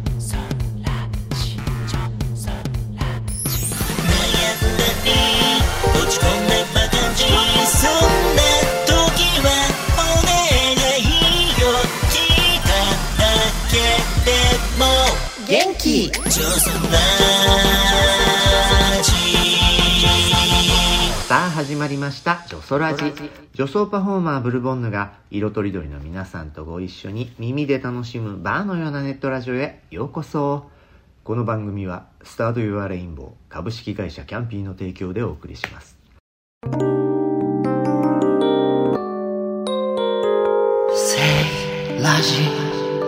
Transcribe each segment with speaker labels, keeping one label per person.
Speaker 1: 元気さあ始まりましたジョソラジ。女装パフォーマーブルボンヌが色とりどりの皆さんとご一緒に耳で楽しむバーのようなネットラジオへようこそ。この番組はスタートユアレインボー株式会社キャンピーの提供でお送りします。ラジ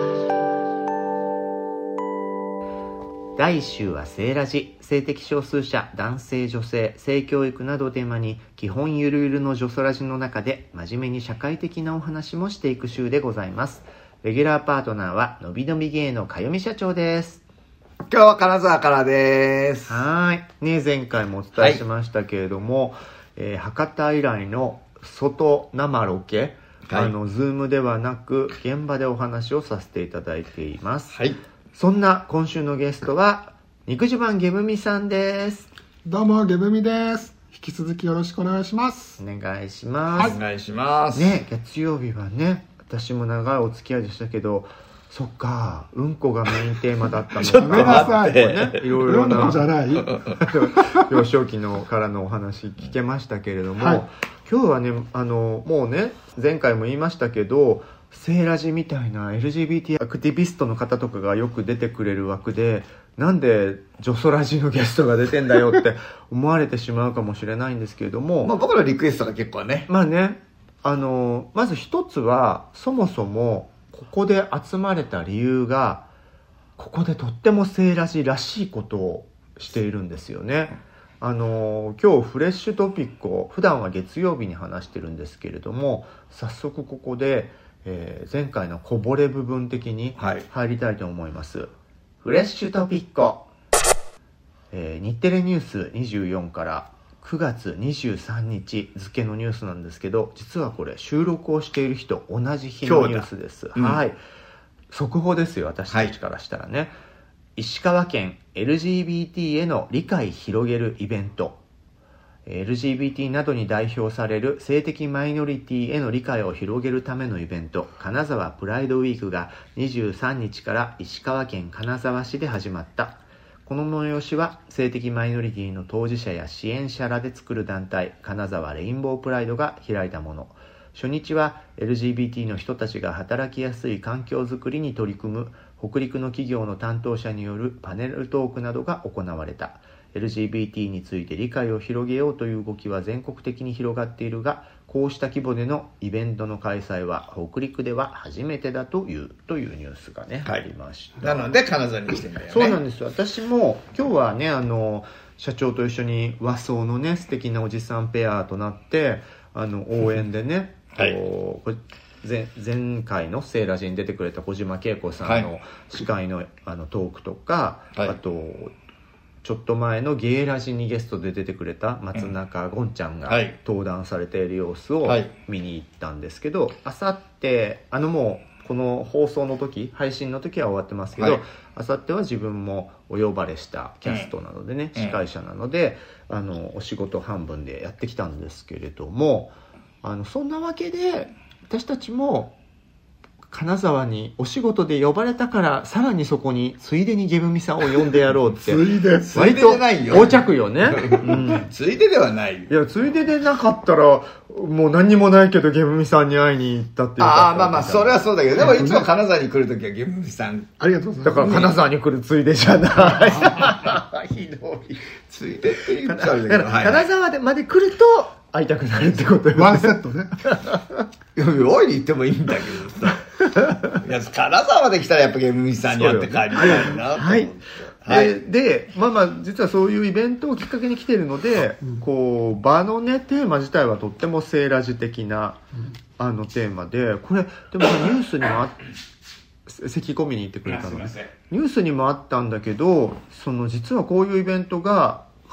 Speaker 1: 第1週は性ラジ、性的少数者、男性女性、性教育などをテーマに基本ゆるゆるのジョソラジの中で真面目に社会的なお話もしていく週でございます。レギュラーパートナーはのびのび芸のかよみ社長です。
Speaker 2: 今日は金沢からです。
Speaker 1: はいね、前回もお伝えしましたけれども、博多以来の外生ロケ、ズームではなく現場でお話をさせていただいています。
Speaker 2: はい、
Speaker 1: そんな今週のゲストは肉襦袢ゲブミさんです。
Speaker 3: どうもゲブミです。引き続きよろしくお願いします。
Speaker 1: お願いします。
Speaker 2: お願いします
Speaker 1: ね。月曜日はね、私も長いお付き合いでしたけど、そっか、うんこがメインテーマだったのか。
Speaker 3: ごめんなさい、
Speaker 1: ね、いろいろな
Speaker 3: うんこじゃない
Speaker 1: 幼少期のからのお話聞けましたけれども、
Speaker 3: はい、
Speaker 1: 今日はね、もうね、前回も言いましたけど、性ラジみたいな LGBT アクティビストの方とかがよく出てくれる枠で、なんでジョソラジのゲストが出てんだよって思われてしまうかもしれないんですけれども、
Speaker 2: 僕のリクエストが結構ね、
Speaker 1: まず一つは、そもそもここで集まれた理由が、ここでとっても性ラジらしいことをしているんですよね。今日フレッシュトピックを普段は月曜日に話してるんですけれども、早速ここで、前回のこぼれ部分的に入りたいと思います。フレッシュトピック、日テレニュース24から9月23日付のニュースなんですけど、実はこれ収録をしている日と同じ日のニュースです。はい、速報ですよ、私たちからしたらね。石川県 LGBT への理解広げるイベント、LGBT などに代表される性的マイノリティへの理解を広げるためのイベント、金沢プライドウィークが23日から石川県金沢市で始まった。この催しは性的マイノリティの当事者や支援者らで作る団体、金沢レインボープライドが開いたもの。初日は LGBT の人たちが働きやすい環境づくりに取り組む北陸の企業の担当者によるパネルトークなどが行われた。LGBT について理解を広げようという動きは全国的に広がっているが、こうした規模でのイベントの開催は北陸では初めてだというニュースがね、ありました。
Speaker 2: なので金沢に来てんだよね。
Speaker 1: そうなんですよ。私も今日はね、社長と一緒に和装のね、素敵なおじさんペアとなって応援でね、前回のセーラジに出てくれた小島恵子さんの司会の、トークとか、あとちょっと前のゲイラジにゲストで出てくれた松中ゴンちゃんが登壇されている様子を見に行ったんですけど、あさってもうこの放送の時、配信の時は終わってますけど、あさっては自分もお呼ばれしたキャストなのでね、司会者なのでお仕事半分でやってきたんですけれども、そんなわけで私たちも金沢にお仕事で呼ばれたから、さらにそこについでにゲブミさんを呼んでやろうって割と横着よね。
Speaker 2: ついでではないよ。
Speaker 1: いや、ついででなかったらもう何にもないけどゲブミさんに会いに行ったっていうか。
Speaker 2: まあそれはそうだけど、でもいつも金沢に来るときはゲブミさん
Speaker 3: ありがとうございます。
Speaker 1: だから金沢に来るついでじゃないひどい。
Speaker 2: ついでって言っちゃう
Speaker 1: だから金沢まで来ると会いたくなるってことよね。
Speaker 3: ワンセットね。
Speaker 2: おいに行ってもいいんだけどさ。いや、金沢で来たらやっぱゲブミさんに会って帰りたいな。
Speaker 1: はい。で、実はそういうイベントをきっかけに来ているので、こう場のねテーマ自体はとってもセーラジ的なテーマで、これでもニュースにも咳込みに行ってくれたので、ニュースにもあったんだけど、実はこういうイベントが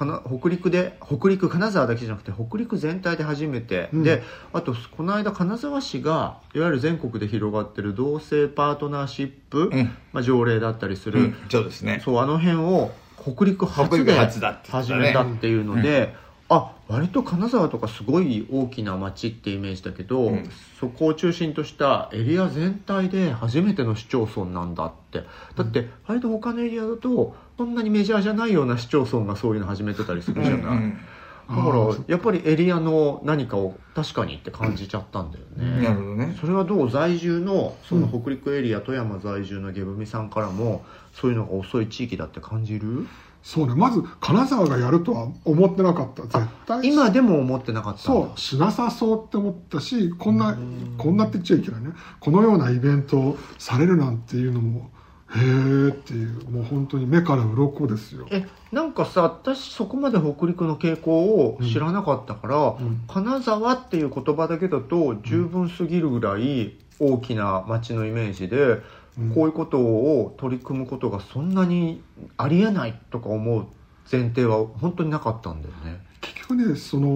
Speaker 1: 北陸金沢だけじゃなくて北陸全体で初めて、であとこの間金沢市がいわゆる全国で広がってる同性パートナーシップ、条例だったりする、
Speaker 2: そうですね、
Speaker 1: そうあの辺を北陸初で始めたっていうので、割と金沢とかすごい大きな町ってイメージだけど、そこを中心としたエリア全体で初めての市町村なんだって。だって割と他のエリアだとそんなにメジャーじゃないような市町村がそういうの始めてたりするじゃない、だからやっぱりエリアの何かを確かにって感じちゃったんだよね。
Speaker 2: なるほどね。
Speaker 1: それはどう在住のその北陸エリア、富山在住のゲブミさんからもそういうのが遅い地域だって感じる？
Speaker 3: そうね、まず金沢がやるとは思ってなかった。絶対
Speaker 1: 今でも思ってなかったんだ。
Speaker 3: そうしなさそうって思ったし、こんなって言っちゃいけないね、このようなイベントをされるなんていうのもへーっていう、もう本当に目から鱗ですよ。
Speaker 1: なんかさ、私そこまで北陸の傾向を知らなかったから、金沢っていう言葉だけだと十分すぎるぐらい大きな町のイメージで、こういうことを取り組むことがそんなにありえないとか思う前提は本当になかったんだよね。
Speaker 3: 結局ね、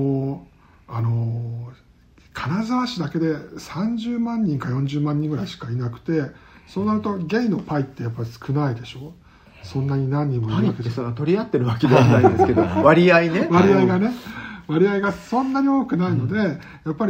Speaker 3: 金沢市だけで30万人か40万人ぐらいしかいなくて、そうなるとゲイのパイってやっぱり少ないでしょ。そんなに何人もいるわけで
Speaker 1: パイってその取り合ってるわけではないんですけど割合ね、
Speaker 3: 割合がそんなに多くないので、やっぱり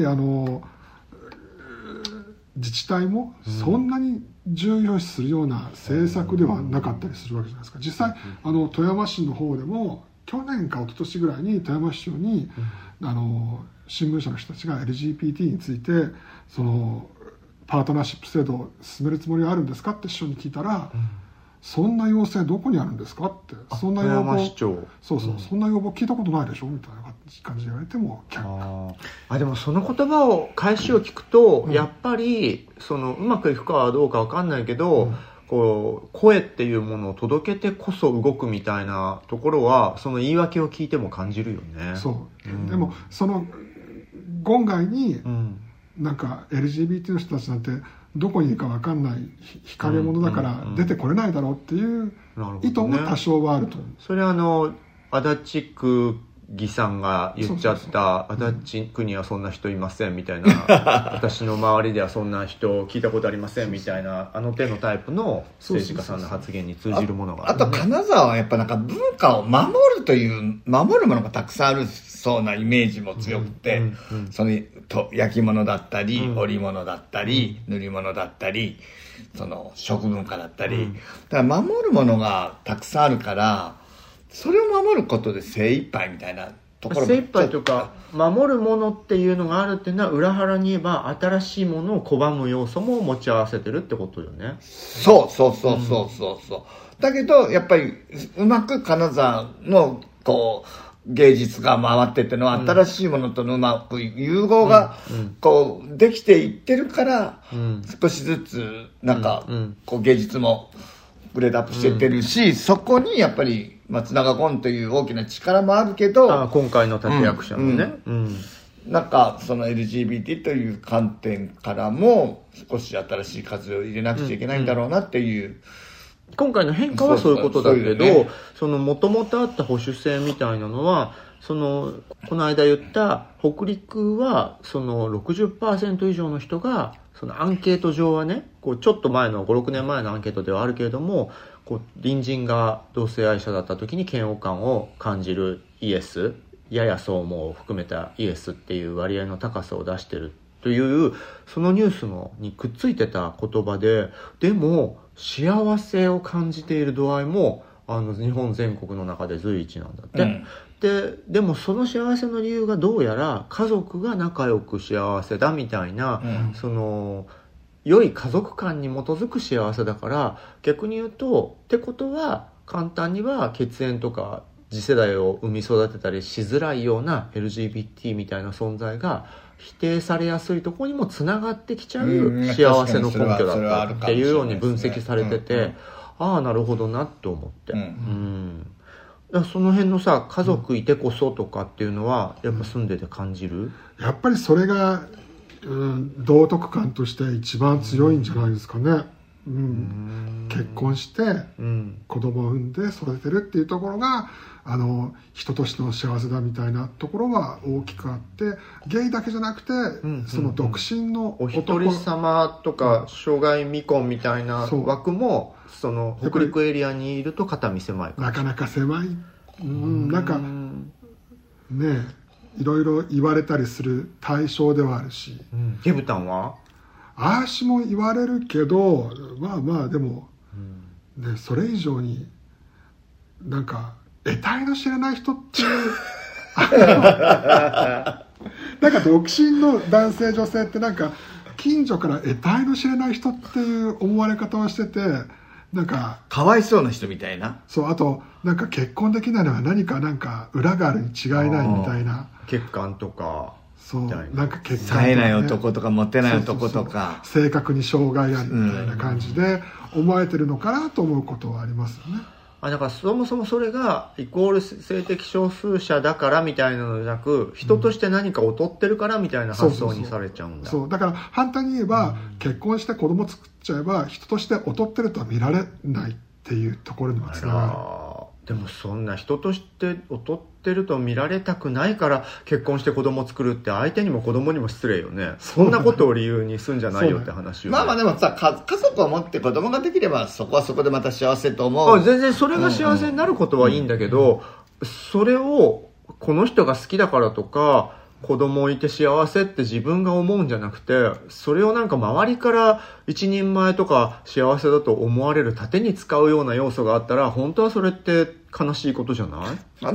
Speaker 3: 自治体もそんなに重要視するような政策ではなかったりするわけじゃないですか。実際富山市の方でも去年か一昨年ぐらいに富山市長に、新聞社の人たちが LGBT についてパートナーシップ制度を進めるつもりはあるんですかって市長に聞いたら、そんな要請どこにあるんですかって、そんな要望、そんな要望聞いたことないでしょみたいな感じで言われても
Speaker 1: でもその言葉を返しを聞くと、やっぱりうまくいくかはどうか分かんないけど、こう声っていうものを届けてこそ動くみたいなところはその言い訳を聞いても感じるよね。
Speaker 3: でもその言外に、なんか LGBT の人たちなんてどこにいるか分かんない日陰者だから出てこれないだろうっていう意図も多少はあると思う。
Speaker 1: それは足立区議さんが言っちゃった足立区にはそんな人いませんみたいな私の周りではそんな人聞いたことありませんみたいな手のタイプの政治家さんの発言に通じるものがある、
Speaker 2: あと金沢はやっぱなんか文化を守るものがたくさんあるそうなイメージも強くて、焼き物だったり、織物だったり、塗り物だったり、食文化だったり、だから守るものがたくさんあるから、それを守ることで精一杯みたいなところも
Speaker 1: 精一杯とか守るものっていうのがあるっていうのは裏腹に言えば新しいものを拒む要素も持ち合わせてるってことよね。
Speaker 2: そうだけどやっぱりうまく金沢の芸術が回ってってのは、新しいものとのうまく融合ができていってるから、少しずつなんか芸術もグレードアップしていってるし、そこにやっぱり松永ゴンという大きな力もあるけど、
Speaker 1: 今回の立役者のね、
Speaker 2: なんかLGBT という観点からも少し新しい風を入れなくちゃいけないんだろうなっていう、
Speaker 1: 今回の変化はそういうことだけど、もともとあった保守性みたいなのはこの間言った北陸は60% 以上の人がアンケート上はね、ちょっと前の5、6年前のアンケートではあるけれども、隣人が同性愛者だった時に嫌悪感を感じるイエス、ややそう思うを含めたイエスっていう割合の高さを出してるというそのニュースにくっついてた言葉で、でも幸せを感じている度合いも日本全国の中で随一なんだって、でもその幸せの理由がどうやら家族が仲良く幸せだみたいな、良い家族観に基づく幸せだから、逆に言うとってことは簡単には血縁とか次世代を生み育てたりしづらいような LGBT みたいな存在が否定されやすいところにもつながってきちゃう幸せの根拠だったっていうように分析されてて、ああなるほどなって思って、だからその辺のさ、家族いてこそとかっていうのはやっぱ住んでて感じる？
Speaker 3: やっぱりそれが道徳感として一番強いんじゃないですかね。 結婚して子供を産んで育てるっていうところが人としての幸せだみたいなところは大きくあって、ゲイだけじゃなくて、その独身の
Speaker 1: お一人様とか障害未婚みたいな枠もその北陸エリアにいると肩身狭い
Speaker 3: なかなか狭い、なんかねいろいろ言われたりする対象ではあるし、
Speaker 1: ゲブタンは
Speaker 3: あーしも言われるけど、まあまあでも、ね、それ以上になんか得体の知れない人っていうなんか独身の男性女性ってなんか近所から得体の知れない人っていう思われ方をしてて、なんか
Speaker 2: かわいそうな人みたいな。
Speaker 3: そう、あとなんか結婚できないのは何かなんか裏があるに違いないみたいな、
Speaker 1: 欠陥とか、
Speaker 3: そうなんか欠陥とか、
Speaker 2: 冴えない男とかモテない男とか、
Speaker 3: 性格に障害あるみたいな感じで思われてるのかなと思うことはありますよね。
Speaker 1: だからそもそもそれがイコール性的少数者だからみたいなのじゃなく、人として何か劣ってるからみたいな発想にされちゃうんだ。
Speaker 3: そうだから反対に言えば、結婚して子供作っちゃえば人として劣ってるとは見られないっていうところにもつながる。
Speaker 1: でもそんな人として劣ってると見られたくないから結婚して子供を作るって相手にも子供にも失礼よね。そんなことを理由にするんじゃないよって話よ、ね。
Speaker 2: まあまあでもさ、家族を持って子供ができればそこはそこでまた幸せと思う。
Speaker 1: 全然それが幸せになることはいいんだけど、それをこの人が好きだからとか子供いて幸せって自分が思うんじゃなくて、それをなんか周りから一人前とか幸せだと思われる盾に使うような要素があったら、本当はそれって悲しいことじゃない？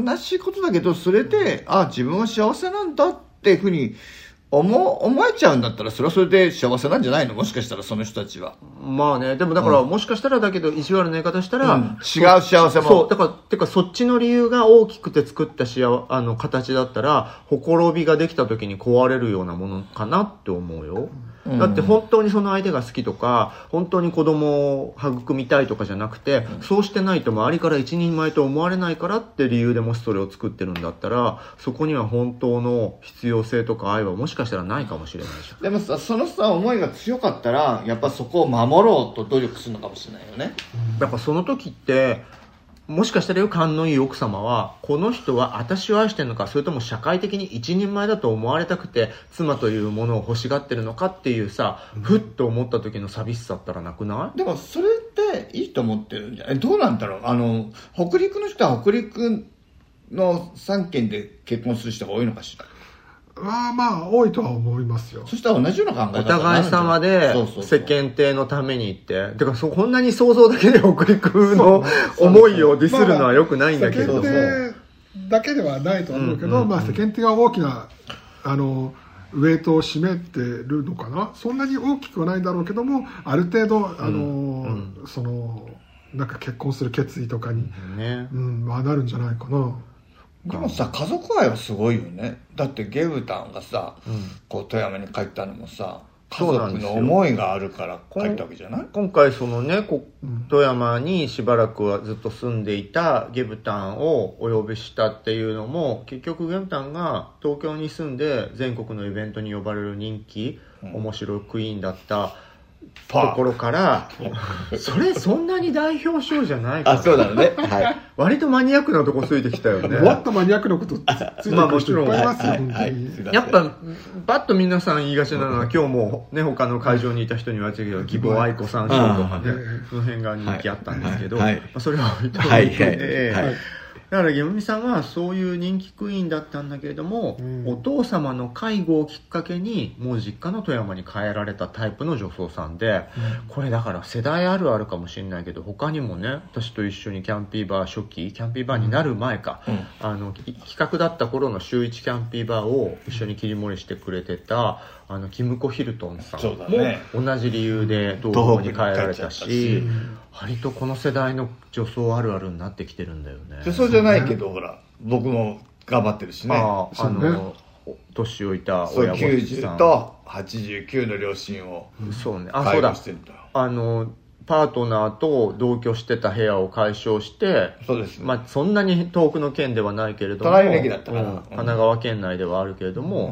Speaker 2: 悲しいことだけど、それで自分は幸せなんだっていうふうに思えちゃうんだったら、それはそれで幸せなんじゃないの？もしかしたらその人たちは。
Speaker 1: まあね、でもだからもしかしたらだけど、意地悪な言い方したら、
Speaker 2: 違う幸せも。
Speaker 1: そう、だから、てかそっちの理由が大きくて作った形だったら、ほころびができた時に壊れるようなものかなって思うよ。だって本当にその相手が好きとか、本当に子供を育みたいとかじゃなくて、そうしてないと周りから一人前と思われないからって理由でもしそれを作ってるんだったら、そこには本当の必要性とか愛はもしかしたらないかもしれないじゃん。
Speaker 2: でもさ、その思いが強かったら、やっぱそこを守ろうと努力するのかもしれないよね。
Speaker 1: やっぱその時って、もしかしたら勘のいい奥様は、この人は私を愛してるのか、それとも社会的に一人前だと思われたくて妻というものを欲しがってるのかっていうさ、ふっと思った時の寂しさったらなくない？
Speaker 2: でもそれっていいと思ってるんじゃない？どうなんだろう。北陸の人は北陸の3県で結婚する人が多いのかしら。
Speaker 3: まあ多いとは思いますよ。
Speaker 2: そしたら同じような考え方
Speaker 1: お互い様で世間体のためにっててかこんなに想像だけで北陸の思いをディスるのはよくないんだけども、
Speaker 3: 世間体だけではないと思うけど、まあ世間体が大きなウエイトを占めてるのかな。そんなに大きくはないんだろうけども、ある程度そのなんか結婚する決意とかに、はなるんじゃないかな。
Speaker 2: でもさ、家族愛はすごいよね。だってゲブタンがさ、こう富山に帰ったのもさ、家族の思いがあるから帰ったわけじゃない？
Speaker 1: 今回そのね、富山にしばらくはずっと住んでいたゲブタンをお呼びしたっていうのも、結局ゲブタンが東京に住んで全国のイベントに呼ばれる人気、面白いクイーンだったところからそんなに代表賞じゃないかな。
Speaker 2: そうだよね。はい。
Speaker 1: 割とマニアックなとこついてきたよね。
Speaker 3: もっとマニアックなことついてくる人いっぱいいますよ、本当に。
Speaker 1: やっぱバッと皆さん言いがちなのは、今日もね他の会場にいた人に言われてるけど、義母愛子さん賞とかね、その辺が人気あったんですけど、それは置いといて、だからゲムミさんはそういう人気クイーンだったんだけれども、お父様の介護をきっかけにもう実家の富山に帰られたタイプの女装さんで、これだから世代あるあるかもしれないけど、他にもね、私と一緒にキャンピーバー初期、キャンピーバーになる前か、企画だった頃の週1キャンピーバーを一緒に切り盛りしてくれてたキムコ・ヒルトンさんも同じ理由で東北に帰られたし、割とこの世代の女装あるあるになってきてるんだよね。
Speaker 2: 女装じゃないけど、ほら僕も頑張ってるしね。
Speaker 1: 年老いた親御さん、
Speaker 2: 90と89の両親を介護してるんだ。
Speaker 1: パートナーと同居してた部屋を解消して、
Speaker 2: そうですね。
Speaker 1: まあそんなに遠くの県ではないけれども、
Speaker 2: 隣の駅だったから、
Speaker 1: 神奈川県内ではあるけれども、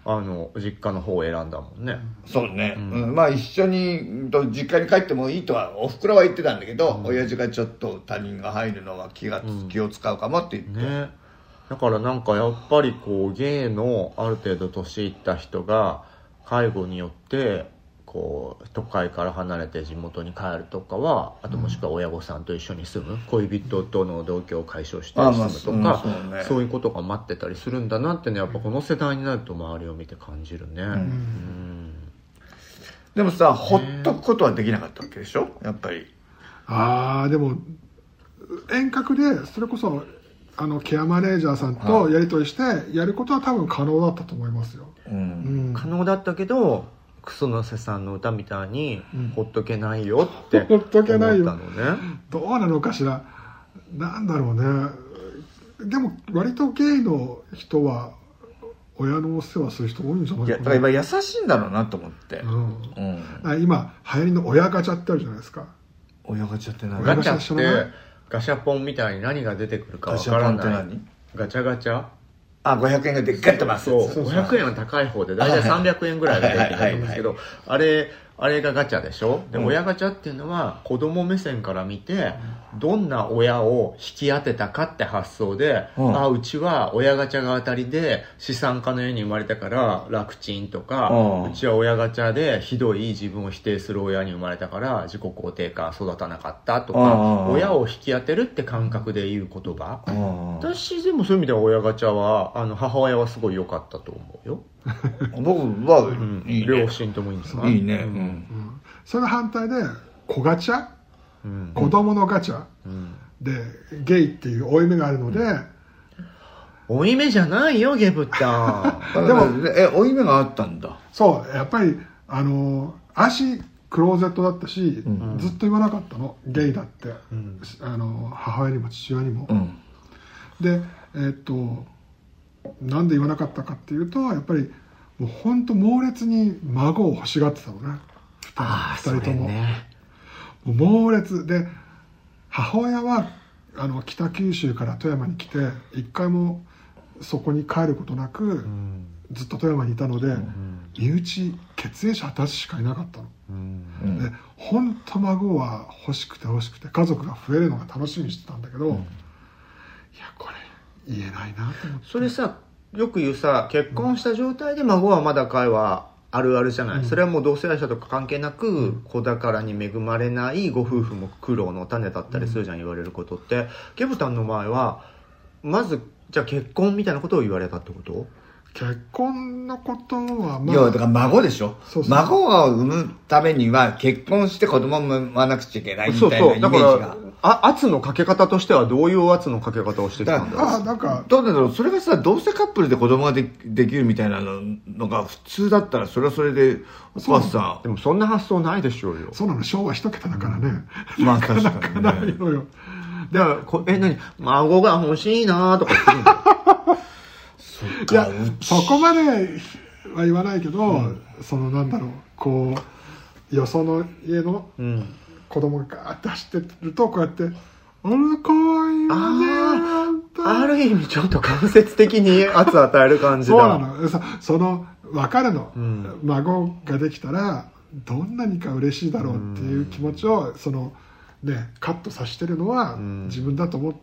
Speaker 1: 実家の方を選んだもんね。
Speaker 2: そうね、まあ一緒に実家に帰ってもいいとはおふくろは言ってたんだけど、親父がちょっと他人が入るのは気を使うかもって言って、
Speaker 1: ね、だからなんかやっぱりこうゲイのある程度年いった人が介護によってこう都会から離れて地元に帰るとかは、あともしくは親御さんと一緒に住む、恋人との同居を解消して住むとか、そういうことが待ってたりするんだなってね、やっぱこの世代になると周りを見て感じるね。
Speaker 2: でもさ、ほっとくことはできなかったわけでしょ、やっぱり。
Speaker 3: でも遠隔でそれこそケアマネージャーさんとやり取りしてやることは多分可能だったと思いますよ。
Speaker 1: 可能だったけど、楠瀬さんの歌みたいに、ほっとけないよって
Speaker 3: ほっとけないよ
Speaker 1: 思ったのね。
Speaker 3: どうなのかしら。なんだろうね。でも割とゲイの人は親のお世話する人多いんじゃないかな。
Speaker 2: だから今優しいんだろうなと思って、
Speaker 3: 今流行りの親ガチャってあるじゃないですか。
Speaker 2: 親ガチャって何？
Speaker 1: ガチャってガシャポンみたいに何が出てくるかわからない。ガシャポンって何？ガチャガチャ。
Speaker 2: 500円がでっかりとます。
Speaker 1: そう、500円は高い方で、だいたい300円ぐらいが出てくるんですけど、あれがガチャでしょ。で、親ガチャっていうのは子供目線から見て、どんな親を引き当てたかって発想で、うちは親ガチャが当たりで資産家の家に生まれたから楽ちんとか、うちは親ガチャでひどい自分を否定する親に生まれたから自己肯定感育たなかったとか、親を引き当てるって感覚で言う言葉。私でもそういう意味では親ガチャは母親はすごい良かったと思うよ。
Speaker 2: 僕はいいね、
Speaker 1: 両親ともいいんですか？
Speaker 2: いいね、
Speaker 3: それ反対で子ガチャ、子供のガチャ、でゲイっていう負い目があるので、
Speaker 1: 負い目じゃないよゲブタ
Speaker 3: ン。でも
Speaker 2: 負い目があったんだ。
Speaker 3: そうやっぱり足クローゼットだったし、ずっと言わなかったのゲイだって、母親にも父親にも、でなんで言わなかったかっていうと、やっぱりもう本当猛烈に孫を欲しがってたのね、2人とも、もう猛烈で、母親は北九州から富山に来て一回もそこに帰ることなく、ずっと富山にいたので、身内血縁者私しかいなかったの、で本当孫は欲しくて家族が増えるのが楽しみにしてたんだけど、いやこれ言えないなと思って。
Speaker 1: それさ、よく言うさ、結婚した状態で孫はまだかいはあるあるじゃない、それはもう同性愛者とか関係なく、子宝に恵まれないご夫婦も苦労の種だったりするじゃん、言われることって。ゲブタンの場合はまずじゃあ結婚みたいなことを言われたってこと？
Speaker 3: 結婚のことは
Speaker 2: いやだから孫でしょ。孫を産むためには結婚して子供を産まなくちゃいけないみたいなイメージが。
Speaker 1: だから圧のかけ方としてはどういう圧のかけ方をしてきたんだろう。
Speaker 3: なんか
Speaker 2: どうなんだろう。それがさ、同性カップルで子供ができるみたいなのが普通だったら、それはそれでお母さん。
Speaker 1: でもそんな発想ないでしょうよ。
Speaker 3: そうなの、昭和一桁だからね、
Speaker 2: まあ確かにね。
Speaker 3: ないのよ。
Speaker 1: だから何孫が欲しいなとか言ってるんだよ。
Speaker 3: いやそこまでは言わないけど、そのなんだろう、こうよその家の子供がガーッて走ってると、こうやって「あらかわいいよね」
Speaker 1: ある意味ちょっと間接的に圧与える感じだ。
Speaker 3: そうなの。その分かるの、孫ができたらどんなにか嬉しいだろうっていう気持ちをカットさせてるのは自分だと思って、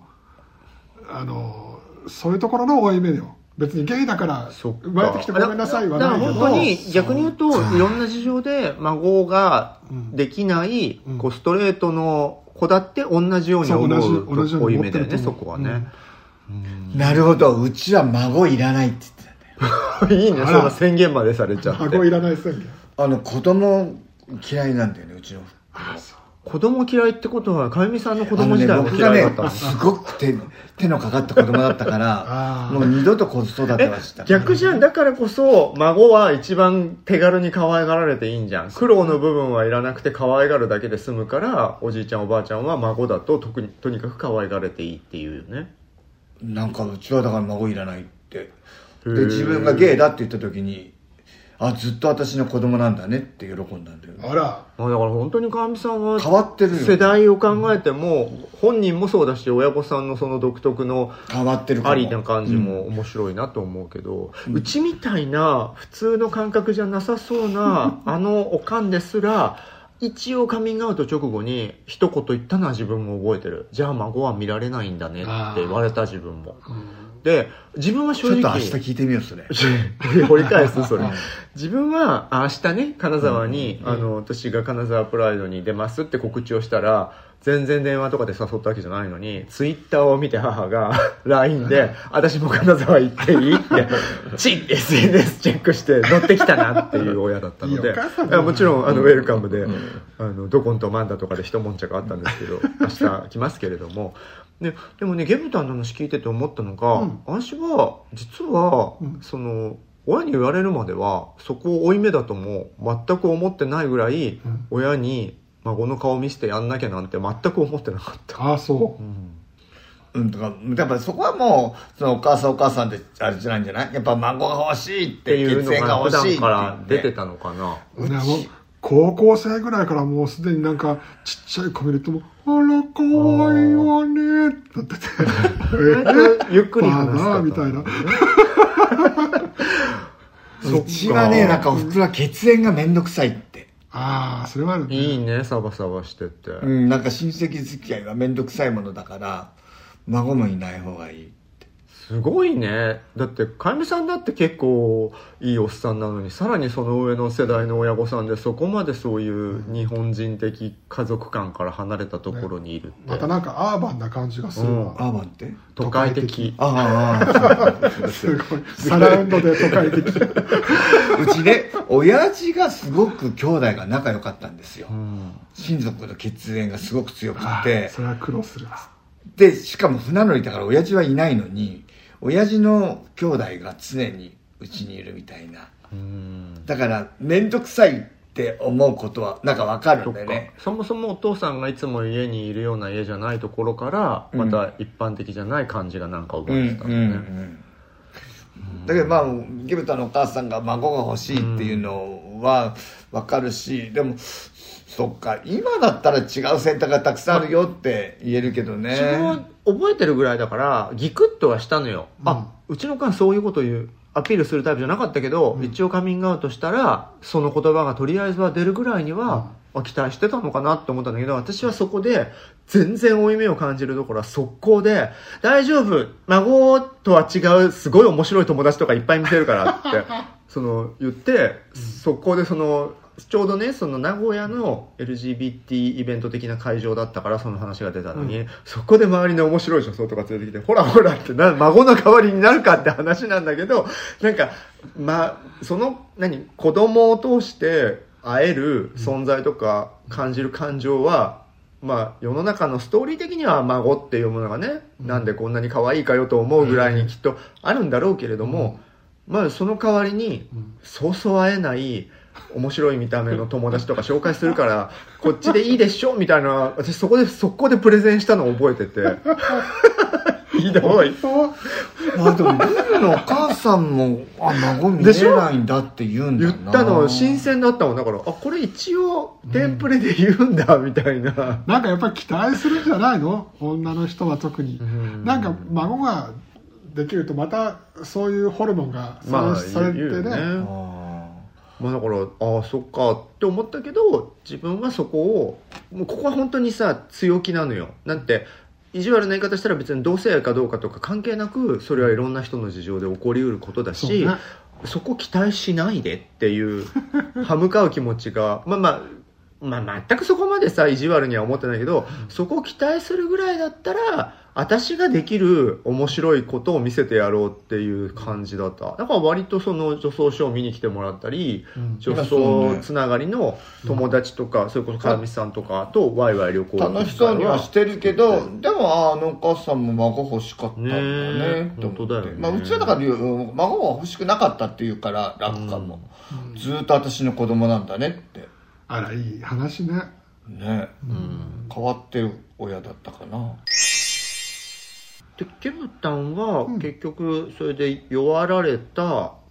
Speaker 3: そういうところの負い目よ。別にゲイだから生まれてきてごめんなさいはないけど、
Speaker 1: だから本当に逆に言うといろんな事情で孫ができないこうストレートの子だって同じように思う負い目だよね、そこはね。
Speaker 2: なるほど。うちは孫いらないって言ってたんだよ。
Speaker 1: いいね、そんな宣言までされちゃって。
Speaker 3: 孫いらない宣言。
Speaker 2: 子供嫌いなんだよね、うちの。
Speaker 1: 子供嫌いってことは、かゆみさんの子供時代も嫌いだったの？
Speaker 2: 僕がね、すごく手のかかった子供だったからもう二度と子育てはした。
Speaker 1: 逆じゃん。だからこそ孫は一番手軽に可愛がられていいんじゃん。苦労の部分はいらなくて可愛がるだけで済むから、おじいちゃんおばあちゃんは孫だととにかく可愛がれていいっていうよね。
Speaker 2: なんかうちはだから孫いらないって。で自分がゲイだって言った時にずっと私の子供なんだねって喜んだんだよね。
Speaker 3: あら、
Speaker 1: だから本当に川見さんは
Speaker 2: 変わってるよ。
Speaker 1: 世代を考えても本人もそうだし親御さんのその独特の
Speaker 2: 変わってるかも。
Speaker 1: ありな感じも面白いなと思うけど、うちみたいな普通の感覚じゃなさそうなおかんですら一応カミングアウト直後に一言言ったのは自分も覚えてる。じゃあ孫は見られないんだねって言われた自分も。で自分は正直
Speaker 2: ちょっと明日聞いてみようそれ。
Speaker 1: 掘り返すそれ。自分は明日ね金沢に、私が金沢プライドに出ますって告知をしたら全然電話とかで誘ったわけじゃないのにツイッターを見て母が LINE で私も金沢行っていいってSNS チェックして乗ってきたなっていう親だったのでもちろんウェルカムでどこんとマンダとかで一悶着あったんですけど明日来ますけれどもでもねゲブタンの話聞いてて思ったのが、私は実は、その親に言われるまではそこを負い目だとも全く思ってないぐらい、親に孫の顔見せてやんなきゃなんて全く思ってなかった。
Speaker 3: ああそう、
Speaker 2: とかやっぱそこはもうそのお母さんってあれじゃないんじゃない？やっぱ孫が欲しいって
Speaker 1: いうのが普段から出て
Speaker 2: た
Speaker 1: たのかな。
Speaker 3: 高校生ぐらいからもうすでになんかちっちゃい子見るともあら可愛いわねってなってて
Speaker 1: ゆっくり話すか
Speaker 3: みたいな。
Speaker 2: うちはねなんかおふくろは血縁がめんどくさいって。
Speaker 3: ああそれはあるね。
Speaker 1: いいねサバサバしてて、
Speaker 2: なんか親戚付き合いはめんどくさいものだから孫もいない方がいい。
Speaker 1: すごいね。だってかゆみさんだって結構いいおっさんなのにさらにその上の世代の親御さんでそこまでそういう日本人的家族観から離れたところにいるって、
Speaker 3: またなんかアーバンな感じがするわ、
Speaker 2: アーバンって
Speaker 1: 都会的。
Speaker 3: すごいサラウンドで都会的
Speaker 2: うちね親父がすごく兄弟が仲良かったんですよ、親族の血縁がすごく強くて
Speaker 3: それは苦労する。
Speaker 2: でしかも船乗りだから親父はいないのに親父の兄弟が常にうちにいるみたいな。だから面倒くさいって思うことはなんか分かるんだよね。
Speaker 1: そもそもお父さんがいつも家にいるような家じゃないところからまた一般的じゃない感じがなんか覚えてたのね。
Speaker 2: だけどまあゲブタのお母さんが孫が欲しいっていうのは分かるし、でもそっか今だったら違う選択がたくさんあるよって言えるけどね。
Speaker 1: 自分は覚えてるぐらいだからギクッとはしたのよ、うちの母そういうことを言うアピールするタイプじゃなかったけど、一応カミングアウトしたらその言葉がとりあえずは出るぐらいには、期待してたのかなって思ったんだけど、私はそこで全然負い目を感じるところは速攻で大丈夫孫とは違うすごい面白い友達とかいっぱい見せるからって言って速攻でちょうどねその名古屋の LGBT イベント的な会場だったからその話が出たのに、そこで周りの面白い女装とか連れてきてほらほらって孫の代わりになるかって話なんだけど、なんか子供を通して会える存在とか感じる感情は、世の中のストーリー的には孫っていうものがね、なんでこんなに可愛いかよと思うぐらいにきっとあるんだろうけれども、その代わりにそうそう会えない面白い見た目の友達とか紹介するからこっちでいいでしょみたいな、私そこで速攻でプレゼンしたのを覚えててひどい。
Speaker 2: でもルールのお母さんも孫見れないんだって言うんだな。
Speaker 1: 言ったの新鮮だったもんだから、これ一応テンプレで言うんだみたいな、
Speaker 3: なんかやっぱり期待するんじゃないの女の人は特に、なんか孫ができるとまたそういうホルモンが産出されてね、
Speaker 1: だからそっかって思ったけど、自分はそこをもうここは本当にさ強気なのよ。なんて意地悪な言い方したら別に同性愛かどうかとか関係なくそれはいろんな人の事情で起こりうることだし、そこ期待しないでっていう歯向かう気持ちが全くそこまでさ意地悪には思ってないけど、そこを期待するぐらいだったら私ができる面白いことを見せてやろうっていう感じだった。だから割とその女装ショーを見に来てもらったり、女装つながりの友達とか、それこそ川見さんとかとワイワイ旅行
Speaker 2: 楽しそうにはしてるけど、でもお母さんも孫欲しかったんだね
Speaker 1: 本当だよね。
Speaker 2: うちはだから孫は欲しくなかったっていうから楽かも、ずっと私の子供なんだねって。
Speaker 3: あらいい話ね。
Speaker 2: 変わってる親だったかな。
Speaker 1: でケムタンは結局それで弱られた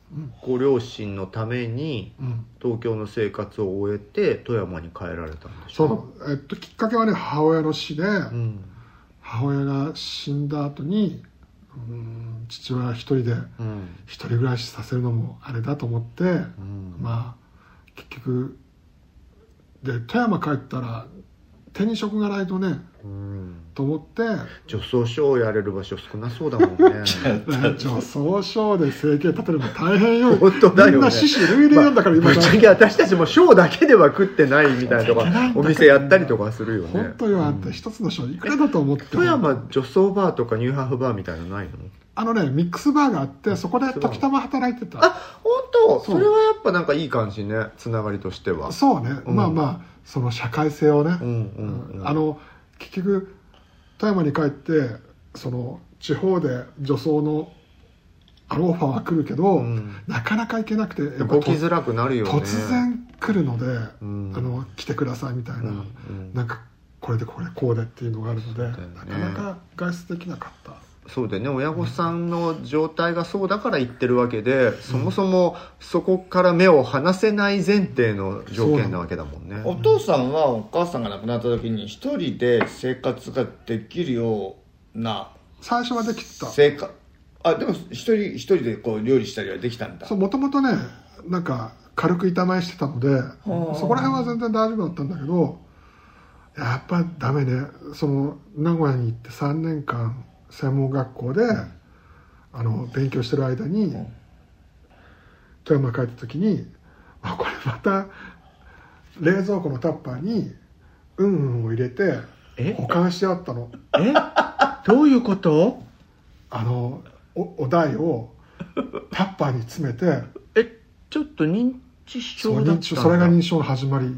Speaker 1: ご両親のために東京の生活を終えて富山に帰られたんでしょ
Speaker 3: そう、きっかけはね母親の死で、母親が死んだ後に父親一人で一人暮らしさせるのもあれだと思って、まあ結局で富山帰ったら手に職がないとね、と思って
Speaker 1: 女装ショーをやれる場所少なそうだもんね
Speaker 3: 女装ショーで生計立てるの大変よ
Speaker 1: 本当だよね、
Speaker 3: みんな獅子類類なんだから今、
Speaker 1: ぶっちゃけ私たちもショーだけでは食ってないみたいなとかお店やったりとかするよね。
Speaker 3: 本当よ、あんた一つのショーいくらだと思って。
Speaker 1: 富山女装バーとかニューハーフバーみたいなのないの？
Speaker 3: ミックスバーがあってそこで時たま働いてた。
Speaker 1: あ、本当。それはやっぱなんかいい感じね、つながりとしては。
Speaker 3: そうね、まあまあその社会性をね、結局富山に帰ってその地方で女装のオファーは来るけど、なかなか行けなくてやっぱ
Speaker 1: 動きづらくなるよね。
Speaker 3: 突然来るので、来てくださいみたいな、なんかこれでこうでっていうのがあるので、なかなか外出できなかった。
Speaker 1: そうでね、親御さんの状態がそうだから言ってるわけで、そもそもそこから目を離せない前提の条件なわけだもんね。
Speaker 2: お父さんはお母さんが亡くなった時に一人で生活ができるような
Speaker 3: 最初はできた。
Speaker 2: でも一人でこう料理したりはできたんだ。
Speaker 3: そう、もともとねなんか軽く板前してたのでそこら辺は全然大丈夫だったんだけど、やっぱダメね。その名古屋に行って3年間専門学校で勉強してる間に、富山帰った時にこれまた冷蔵庫のタッパーにを入れて保管してあったの。
Speaker 1: どういうこと？
Speaker 3: お題をタッパーに詰めて
Speaker 1: ちょっと認知症だったんだ。
Speaker 3: それが認知症の始まり。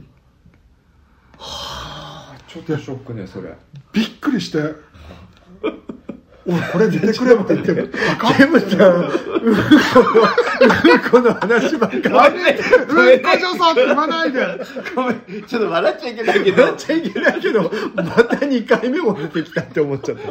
Speaker 1: はあ、ちょっとショックねそれ。
Speaker 3: びっくりしておいこれ見てくれって言ってゲ
Speaker 1: ームちゃんこの話ばっかり。うんこ
Speaker 3: 女装って言わないで。
Speaker 2: ごめん、ちょっと笑っちゃいけないけど
Speaker 1: また2回目も出てきたって思っちゃった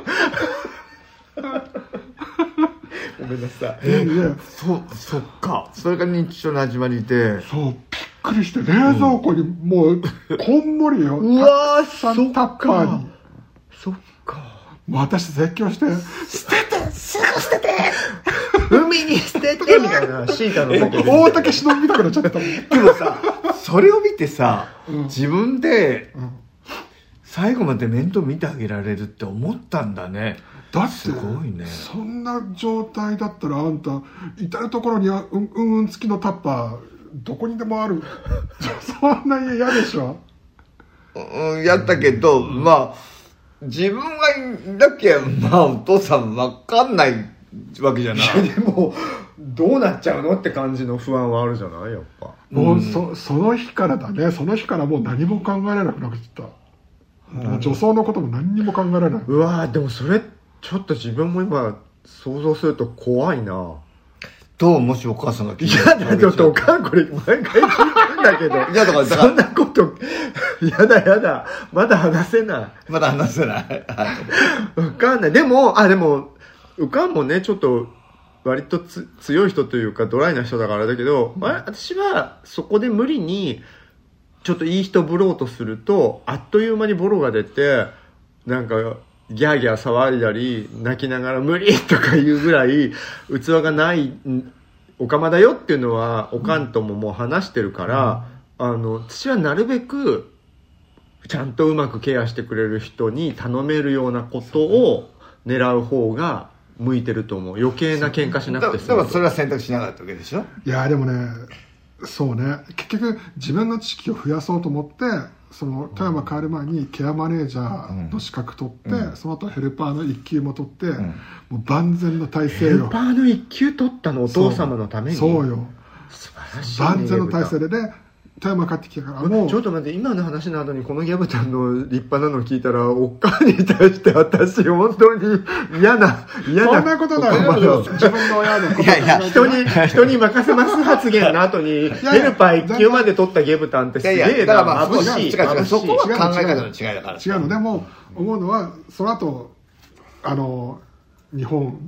Speaker 1: ごめんなさい。
Speaker 2: そっか、それが認知症の始まりで。
Speaker 3: そう、びっくりして冷蔵庫にもうこんもりよ。
Speaker 1: うわー、
Speaker 3: タッパーに。
Speaker 1: そっか。
Speaker 3: もう私絶叫して
Speaker 1: 捨てて、すぐ捨てて海に捨ててみたいなシータの時で
Speaker 3: 大竹しのぶみたくなっちゃったもん。
Speaker 2: でもさ、それを見てさ、自分で最後まで面倒見てあげられるって思ったんだね。
Speaker 3: だって
Speaker 2: すごいね。
Speaker 3: そんな状態だったらあんた至る所に付きのタッパーどこにでもあるそんな家嫌でしょ。
Speaker 2: やったけど、まあ自分がいなきゃお父さん分かんないわけじゃない。
Speaker 1: でもどうなっちゃうのって感じの不安はあるじゃないやっぱ。
Speaker 3: もうその日からだね。その日からもう何も考えられなくなっちゃった。女装のことも何にも考えられない。
Speaker 1: うわー、でもそれちょっと自分も今想像すると怖いな。
Speaker 2: どう、もしお母さんが聞いて
Speaker 1: たら。いやだ、ちょっとおかんこれ毎回聞いてんだけど。
Speaker 2: いやだから
Speaker 1: そんなこと、やだ。まだ話せない。
Speaker 2: まだ話せない。
Speaker 1: わかんない。でも、うかんもね、ちょっと、割と強い人というか、ドライな人だからだけど、私はそこで無理に、ちょっといい人ぶろうとすると、あっという間にボロが出て、なんか、ギャーギャー騒いだり泣きながら無理とか言うぐらい器がないおかまだよっていうのはおかんとももう話してるから、私はなるべくちゃんとうまくケアしてくれる人に頼めるようなことを狙う方が向いてると思う。余計な喧嘩しなくて済む。
Speaker 2: だからそれは選択しなかったわけでしょ。
Speaker 3: いやでもね、そうね、結局自分の知識を増やそうと思ってその富山帰る前にケアマネージャーの資格取って、その後ヘルパーの1級も取って、もう万全の体制よ。
Speaker 1: ヘルパーの1級取ったのお父様のために。
Speaker 3: そうよ、
Speaker 1: 素晴らしい、
Speaker 3: 万全の体制でね富山帰ってきたからもう
Speaker 1: ちょっと待って、今の話の後にこのギャブタンの立派なのを聞いたらおっかに対して私本当に嫌な
Speaker 3: そんなことないよ。自分の親のこと
Speaker 1: 人に任せます発言の後にヘルパー1級まで取ったギャブタンってすげえな。眩しい。
Speaker 2: 違うそこは考え方の違いだから。
Speaker 3: 違うの。でも思うのはその後日本の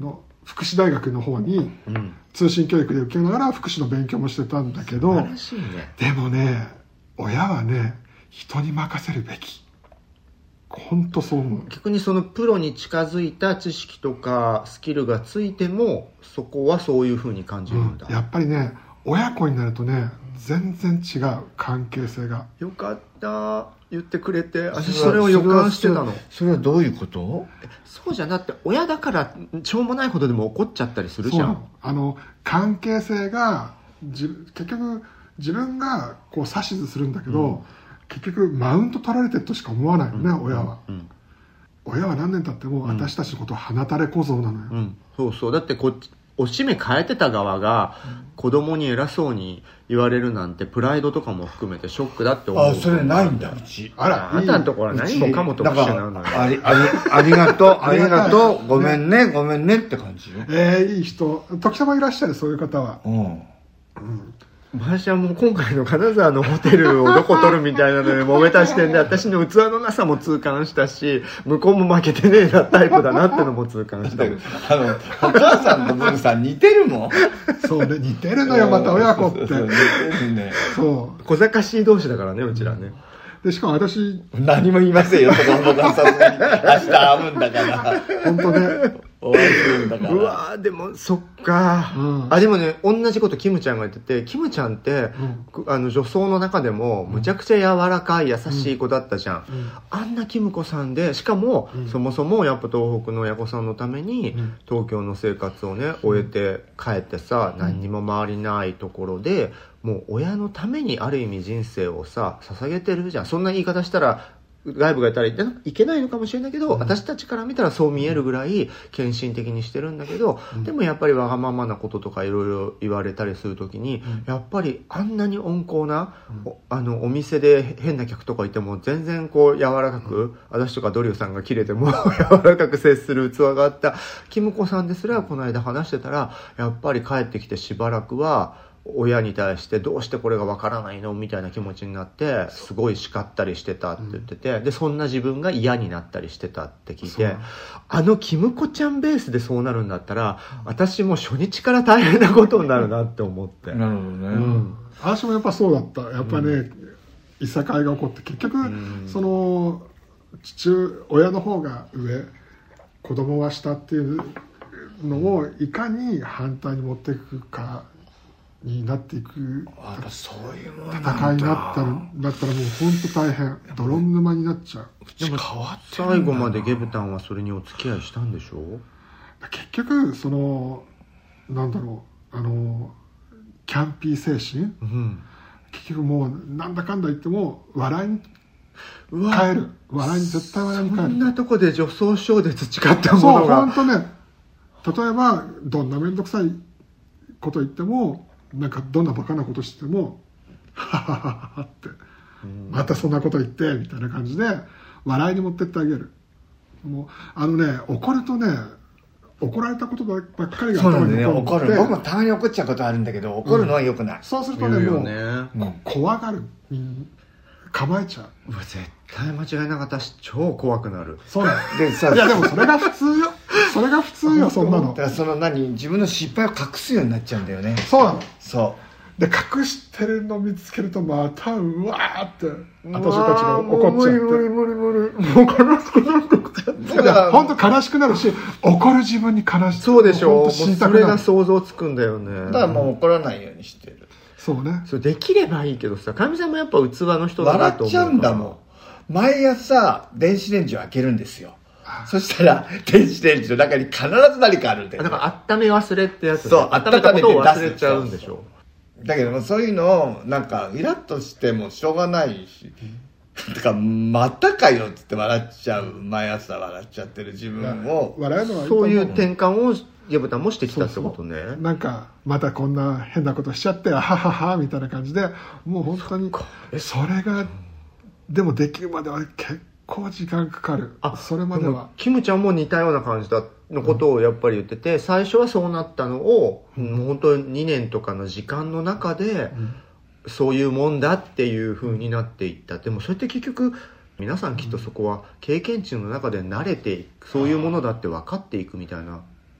Speaker 3: 福祉大学の方に通信教育で受けながら福祉の勉強もしてたんだけど、
Speaker 1: 素晴らしいね。
Speaker 3: でもね、親はね人に任せるべき。本当そう思う。
Speaker 1: 逆にそのプロに近づいた知識とかスキルがついてもそこはそういう風に感じるんだ、
Speaker 3: やっぱりね親子になるとね全然違う関係性が。
Speaker 1: よかった言ってくれて、私それを予感してたの。
Speaker 2: それはどういうこと？
Speaker 1: そうじゃなくて親だからしょうもないことでも怒っちゃったりするじゃん。
Speaker 3: 関係性が結局自分がこう指図するんだけど、結局マウント取られてるとしか思わないのね、親は、親は何年経っても私たちのことを放たれ小僧なのよ、
Speaker 1: そうそう。だってこっちおしめ変えてた側が子供に偉そうに言われるなんてプライドとかも含めてショックだって思う。
Speaker 2: それないんだ、うち。
Speaker 1: あなたのところは何もかも特殊なのよ。
Speaker 2: ありがとうありがとう、ごめんねって感じよ。
Speaker 3: いい人時たまいらっしゃる、そういう方は。
Speaker 1: 私はもう今回の金沢のホテルをどこ取るみたいなので揉めた時点で私の器のなさも痛感したし、向こうも負けてねえなタイプだなってのも痛感した。
Speaker 2: お母さんと文さん似てるもん。
Speaker 3: そうね、似てるのよまた親子って。
Speaker 2: 似てるね。
Speaker 3: そう
Speaker 1: 小賢しい同士だからね、うちらね。
Speaker 3: でしかも私
Speaker 2: 何も言いませんよ、そこのさすがに明日会うんだから
Speaker 3: 本当ね
Speaker 2: お会いするんだから。
Speaker 1: うわーでもそっか、でもね同じことキムちゃんが言ってて、キムちゃんって、女装の中でもむちゃくちゃ柔らかい優しい子だったじゃん、あんなキム子さんで、しかも、そもそもやっぱ東北の親子さんのために、東京の生活をね終えて帰ってさ、何にも周りないところでもう親のためにある意味人生をさ捧げてるじゃん。そんな言い方したら外部が言ったらいけないのかもしれないけど、私たちから見たらそう見えるぐらい献身的にしてるんだけど、でもやっぱりわがままなこととかいろいろ言われたりするときに、やっぱりあんなに温厚な、お店で変な客とかいても全然こう柔らかく、私とかドリューさんが切れても柔らかく接する器があったキム子さんですら、この間話してたらやっぱり帰ってきてしばらくは親に対してどうしてこれがわからないのみたいな気持ちになってすごい叱ったりしてたって言ってて、でそんな自分が嫌になったりしてたって聞いて、キム子ちゃんベースでそうなるんだったら、私も初日から大変なことになるなって思って。
Speaker 2: なるほどね、
Speaker 3: 私もやっぱそうだった。やっぱね、いさかいが起こって結局、その父親の方が上、子供は下っていうのをいかに反対に持っていくかになっていく
Speaker 2: そういうもの
Speaker 3: 戦いになったらもう本当大変、泥沼になっちゃう。
Speaker 1: でも最後までゲブタンはそれにお付き合いしたんでしょ。
Speaker 3: 結局そのなんだろう、キャンピー精神、結局もうなんだかんだ言っても笑いに変える、絶対笑いに変える。
Speaker 1: そんなとこで女装ショーで培ったものが、
Speaker 3: そう本当ね、例えばどんな面倒くさいこと言っても、なんかどんなバカなことしてもハハハハってまたそんなこと言ってみたいな感じで笑いに持ってってあげる。もう怒るとね、怒られたことばっかりが頭に残って、
Speaker 2: 怒る。僕もたまに怒っちゃうことあるんだけど、怒るのは良くない。
Speaker 3: そうするとね、もう怖がる、構えちゃう。
Speaker 1: 絶対間違いなかったし超怖くなる。
Speaker 3: そうなんでさ、いやでもそれが普通よ。それが普通よ、そんなの。
Speaker 2: だから自分の失敗を隠すようになっちゃうんだよね。
Speaker 3: そうなの。
Speaker 2: そう
Speaker 3: で隠してるのを見つけるとまたうわーって私たちが怒っちゃって、
Speaker 1: 無理もう悲しくなってきちゃって、
Speaker 3: 本当悲しくなるし、怒る自分に悲しい。
Speaker 1: そうでしょ。もう
Speaker 3: そ
Speaker 1: れが想像つくんだよね。
Speaker 2: だからもう怒らないようにしてる。
Speaker 3: そうね。
Speaker 1: それできればいいけどさ、かみさんもやっぱ器の人だなと思う。
Speaker 2: 笑っちゃうんだもん。毎朝電子レンジを開けるんですよ。そしたら電子レンジの中に必ず何かあるんだよ、ね。
Speaker 1: だから温め忘れってやつ、ね。
Speaker 2: そう、
Speaker 1: 温めたことを忘れちゃうんでしょ。
Speaker 2: だけどもそういうのをなんかイラッとしてもしょうがないし、だからまたかよっつって笑っちゃう、毎朝笑っちゃってる自分を
Speaker 3: 笑うのはいいと思う。
Speaker 1: そういう転換をゲブタンもしてきたってことね。
Speaker 3: そうなんかまたこんな変なことしちゃってはははみたいな感じで、もう本当にそれがでもできるまでは結構時間かかる。それまでは
Speaker 1: キムちゃんも似たような感じだのことをやっぱり言ってて、最初はそうなったのを、もう本当に2年とかの時間の中で、そういうもんだっていう風になっていった。でもそれって結局皆さんきっとそこは経験値の中で慣れていく、そういうものだって分かっていくみたいな。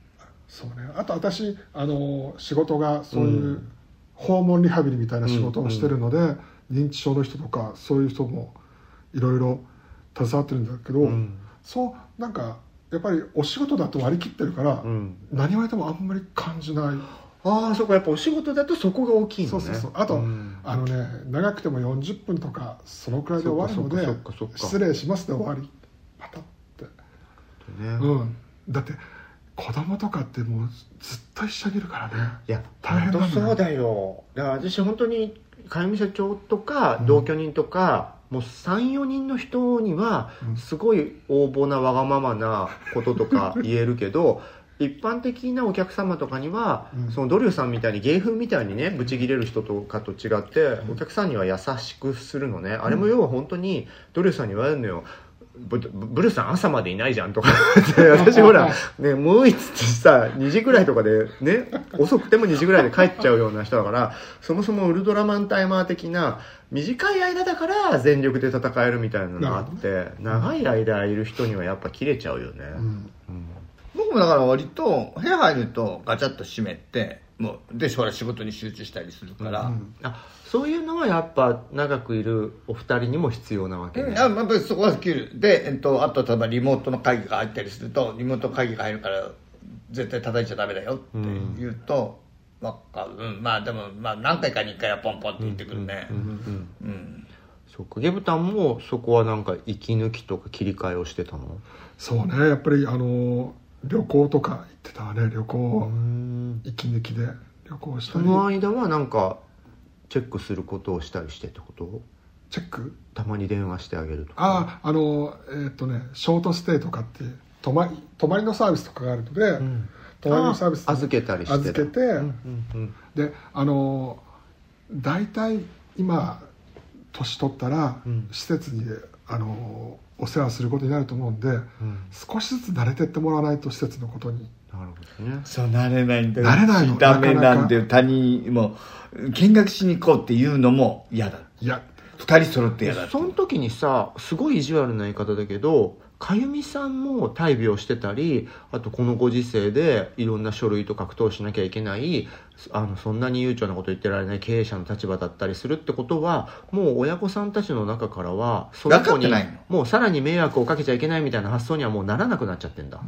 Speaker 3: そうね、あと私仕事がそういう訪問リハビリみたいな仕事をしてるので、認知症の人とかそういう人もいろいろ携わってるんだけど、そうなんかやっぱりお仕事だと割り切ってるから、何言われてもあんまり感じない。
Speaker 1: ああ、そこやっぱお仕事だとそこが大きいのね。
Speaker 3: そうあと、長くても40分とかそのくらいで終わるので、失礼しますで終わりパタッて、だって子供とかってもうずっと一緒にいるからね。
Speaker 1: いや
Speaker 3: 大変だね。
Speaker 1: そうだよ。だから私本当にかゆみ社長とか同居人とか、もう 3,4 人の人にはすごい横暴なわがままなこととか言えるけど一般的なお客様とかには、そのドリューさんみたいに芸風みたいにねブチ切れる人とかと違って、お客さんには優しくするのね。あれも要は本当にドリューさんに言われるのよ。ブルーさん朝までいないじゃんとか私ほらねもういつってさ2時ぐらいとかでね遅くても2時ぐらいで帰っちゃうような人だから、そもそもウルトラマンタイマー的な短い間だから全力で戦えるみたいなのがあって、長い間いる人にはやっぱ切れちゃうよね。
Speaker 2: 僕もだから割と部屋入るとガチャッと閉めてもうでほら仕事に集中したりするから、
Speaker 1: そういうのはやっぱ長くいるお二人にも必要なわけね。
Speaker 2: やっぱりそこはスキルで、あと例えばリモートの会議が入ったりするとリモート会議が入るから絶対叩いちゃダメだよって言うと、まあでも何回かに1回はポンポンって言ってくるね。
Speaker 1: そっか、ゲブタンもそこはなんか息抜きとか切り替えをしてたの？
Speaker 3: そうね、やっぱり旅行とか行ってたわね。旅行息抜きで旅行したり。
Speaker 1: その間はなんかチェックすることをしたりしてってこと？
Speaker 3: チェック？
Speaker 1: たまに電話してあげるとか。
Speaker 3: ショートステイとかって泊まりのサービスとかがあるので、泊まりのサービス
Speaker 1: 預けたりして
Speaker 3: 預けて、で大体今年取ったら、施設にお世話することになると思うんで、少しずつ慣れてってもらわないと施設のことに。
Speaker 1: なるほどね。
Speaker 2: そう慣れないんだよ。
Speaker 3: 慣れないの
Speaker 2: ダメなんで他人も見学しに行こうっていうのも嫌だ。2人揃って嫌だ。
Speaker 1: その時にさ、すごい意地悪な言い方だけど、かゆみさんも大病してたり、あとこのご時世でいろんな書類と格闘しなきゃいけない、そんなに悠長なこと言ってられない経営者の立場だったりするってことは、もう親御さんたちの中からはその子にもうさらに迷惑をかけちゃいけないみたいな発想にはもうならなくなっちゃってんだ。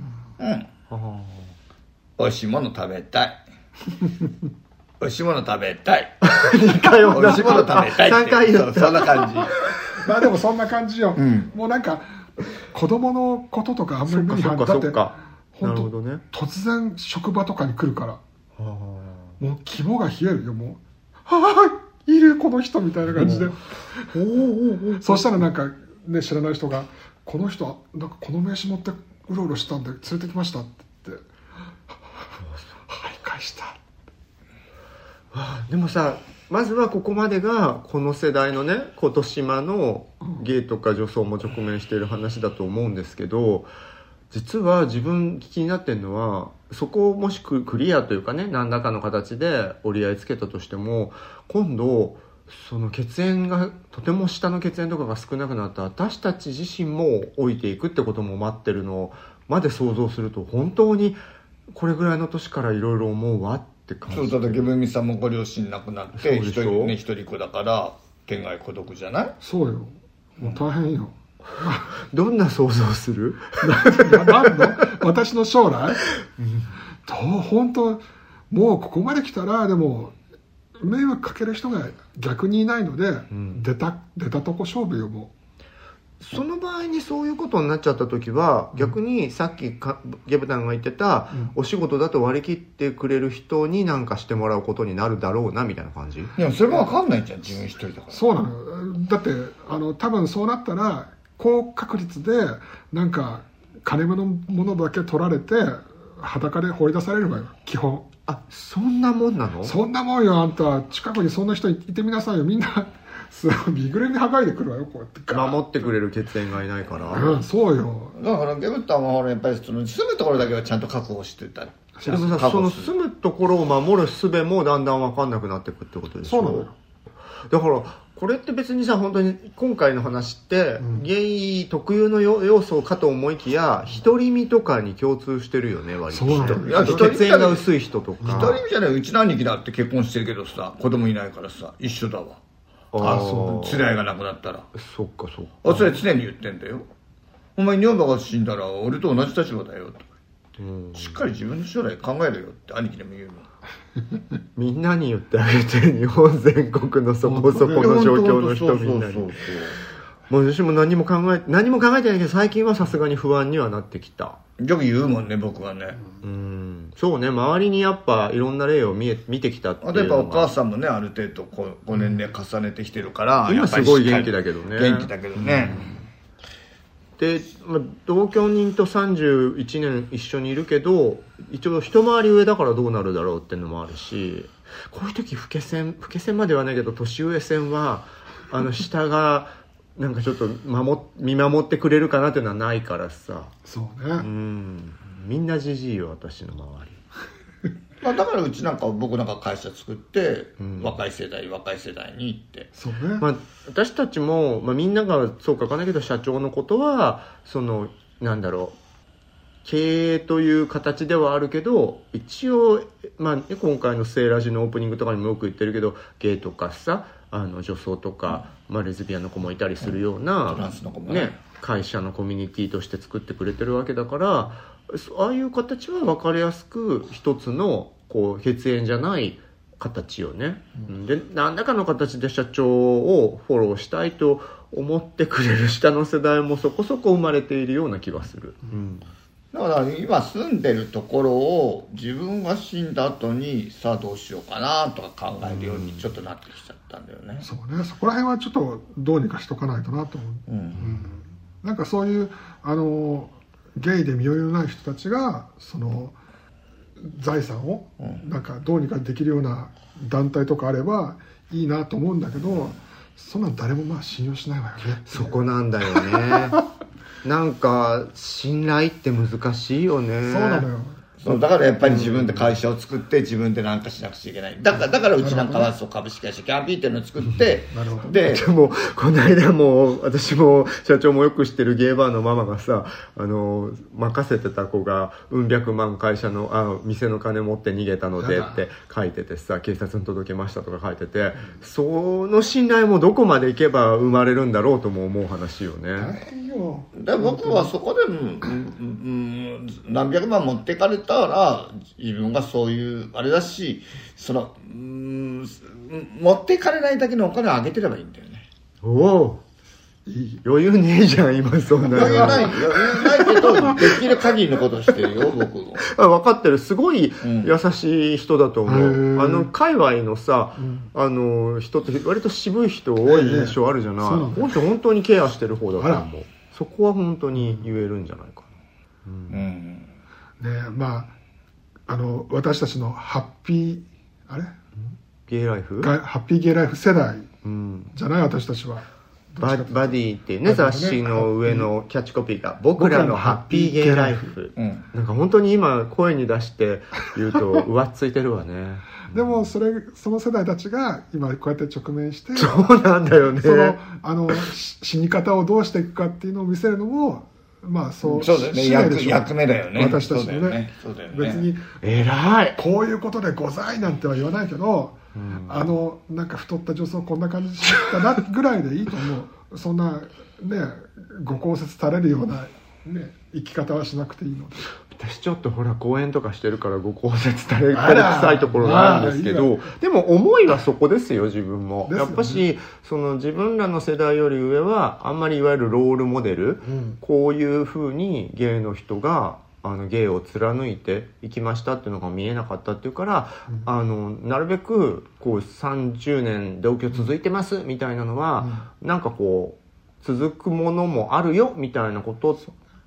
Speaker 2: 美味しいもの食べたい美味しいもの食べたい
Speaker 1: 2回
Speaker 2: 美味しいもの食べたいって
Speaker 1: 3回言った。
Speaker 2: そんな感じ。
Speaker 3: まあでもそんな感じよ。もうなんか子供のこととかあんまり目に入らない。だって本当、突然職場とかに来るからもう肝が冷えるよ。もういるこの人みたいな感じでそしたらなんかね、知らない人がこの人なんかこの名刺持ってうろうろしたんで連れてきましたって言ってはい返した。
Speaker 1: でもさ、まずはここまでがこの世代のね、今年のゲイとか女装も直面している話だと思うんですけど、実は自分気になってるのは、そこをもしクリアというかね、何らかの形で折り合いつけたとしても、今度その血縁がとても下の血縁とかが少なくなった私たち自身も老いていくってことも待ってるのまで想像すると、本当にこれぐらいの年からいろいろ思うわって感じ。
Speaker 2: そうだってゲブミさんもご両親亡くなって一人っ子だから天涯孤独じゃない？
Speaker 3: そうよ、もう大変よ。
Speaker 1: どんな想像する？
Speaker 3: 何の私の将来？本当もうここまで来たら、でも迷惑かける人が逆にいないので、出たとこ勝負よ。もう
Speaker 1: その場合にそういうことになっちゃった時は、逆にさっきゲブタンが言ってた、お仕事だと割り切ってくれる人に何かしてもらうことになるだろうなみたいな感じ。
Speaker 2: いやそれも分かんないじゃん、自分一人だから。
Speaker 3: そうなの。だって多分そうなったら高確率でなんか金目のものだけ取られて裸で放り出されるわよ、基本。
Speaker 1: そんなもんなの？そ
Speaker 3: んなもんよ。あんた近くにそんな人いてみなさいよ。みんな身ぐるみ剥がいでくるわよ、こうやって
Speaker 1: 守ってくれる血縁がいないから。
Speaker 3: そうよ。
Speaker 2: だからゲブタンはほらやっぱりその住むところだけはちゃんと確保してた。
Speaker 1: でもさ、その住むところを守る術もだんだん分かんなくなっていくってことでしょ。
Speaker 3: そうなのよ。
Speaker 1: だからこれって別にさ、本当に今回の話って、ゲイ特有の要素かと思いきや、独り身とかに共通してるよね、割と。
Speaker 3: そうなんだ。
Speaker 2: いや
Speaker 1: 血縁が薄い人とか。
Speaker 2: 独り身じゃない、うちの兄貴だって結婚してるけどさ、子供いないからさ、一緒だわ。
Speaker 1: そう
Speaker 2: 連れ合いがなくなったら。
Speaker 1: そっかそっか。
Speaker 2: それ常に言ってんだよ。お前女房が死んだら俺と同じ立場だよとか、しっかり自分の将来考えるよって兄貴でも言うの。
Speaker 1: みんなに言ってあげて、日本全国のそこそこの状況の人みんなに。もう私も何も考えてないけど、最近はさすがに不安にはなってきた。
Speaker 2: よく言うもんね、僕はね。
Speaker 1: そうね、周りにやっぱいろんな例を見てきたっていうのが。
Speaker 2: やっぱお母さんもね、ある程度5年で重ねてきてるから、
Speaker 1: 今すごい元気だけどね。
Speaker 2: 元気だけどね。
Speaker 1: で、同居人と31年一緒にいるけど、一応一回り上だからどうなるだろうっていうのもあるし、こういう時老け線まではないけど、年上線は下がなんかちょっと見守ってくれるかなっていうのはないからさ。
Speaker 3: そうね。
Speaker 1: みんなじじいよ、私の周り。
Speaker 2: だからうちなんか僕なんか会社作って、若い世代に行って。
Speaker 3: そうね。
Speaker 1: 私たちも、みんながそうかわかんないけど、社長のことはなんだろう、経営という形ではあるけど、一応今回のセーラジのオープニングとかにもよく言ってるけど、ゲイとかさ、女装とか、レズビアンの子もいたりするような、
Speaker 2: トランスの子もね、
Speaker 1: 会社のコミュニティとして作ってくれてるわけだから、ああいう形は分かりやすく一つの血縁じゃない形よね、で何らかの形で社長をフォローしたいと思ってくれる下の世代もそこそこ生まれているような気がする、
Speaker 2: だから今住んでるところを自分が死んだ後にさあどうしようかなとか考えるようにちょっとなってきちゃったんだよね。
Speaker 3: そうね、そこら辺はちょっとどうにかしとかないとなと思う。なんかそういうゲイで身寄りのない人たちがその財産をなんかどうにかできるような団体とかあればいいなと思うんだけど、そんな誰も信用しないわよね。
Speaker 1: そこなんだよねなんか信頼って難しいよね。
Speaker 3: そうなのよ。
Speaker 2: だからやっぱり自分で会社を作って自分で何かしなくちゃいけない。だからうちなんかは株式会社キャンピーっていうのを作って
Speaker 1: でもこの間も私も社長もよく知ってるゲイバーのママがさ、任せてた子がうん百万会社の店の金持って逃げたのでって書いててさ、警察に届けましたとか書いてて、その信頼もどこまでいけば生まれるんだろうとも思う話よね。
Speaker 3: 大変よ。
Speaker 2: で僕はそこで何百万持ってかれたら自分がそういうあれだし、持っていかれないだけのお金をあげてればいいんだよね。
Speaker 1: おお、余裕ねえじゃん今そんなの。
Speaker 2: 余裕ないけどできる限りのことをしてるよ僕も。
Speaker 1: 分かってる、すごい優しい人だと思う、界隈のさ、人って割と渋い人多い印象あるじゃない、この人本当にケアしてる方だと思う。そこは本当に言えるんじゃないかな。
Speaker 3: 私たちのハッピー
Speaker 1: ゲイライフ、
Speaker 3: ハッピーゲイライフ世代じゃない、私たちは。
Speaker 1: バディっていうね、雑誌の上のキャッチコピーが僕らのハッピーゲイライフ、なんか本当に今声に出して言うと浮ついてるわね
Speaker 3: でもその世代たちが今こうやって直面して、
Speaker 1: そうなんだよね、
Speaker 3: 死に方をどうしていくかっていうのを見せるのも
Speaker 2: そうだよね、役目だよね、
Speaker 3: 私たちのね。別に
Speaker 1: 偉い
Speaker 3: こういうことでございなんては言わないけど、なんか太った女装こんな感じだなぐらいでいいと思う。そんなねご公説垂れるようなね生き方はしなくていいので。
Speaker 1: 私ちょっとほら講演とかしてるからご公説垂れ臭いところがあるんですけど、でも思いはそこですよ自分も、やっぱし自分らの世代より上はあんまりいわゆるロールモデル、こういうふうにゲイの人がゲイを貫いていきましたっていうのが見えなかったっていうから、なるべく30年同居続いてますみたいなのは、なんか続くものもあるよみたいなこと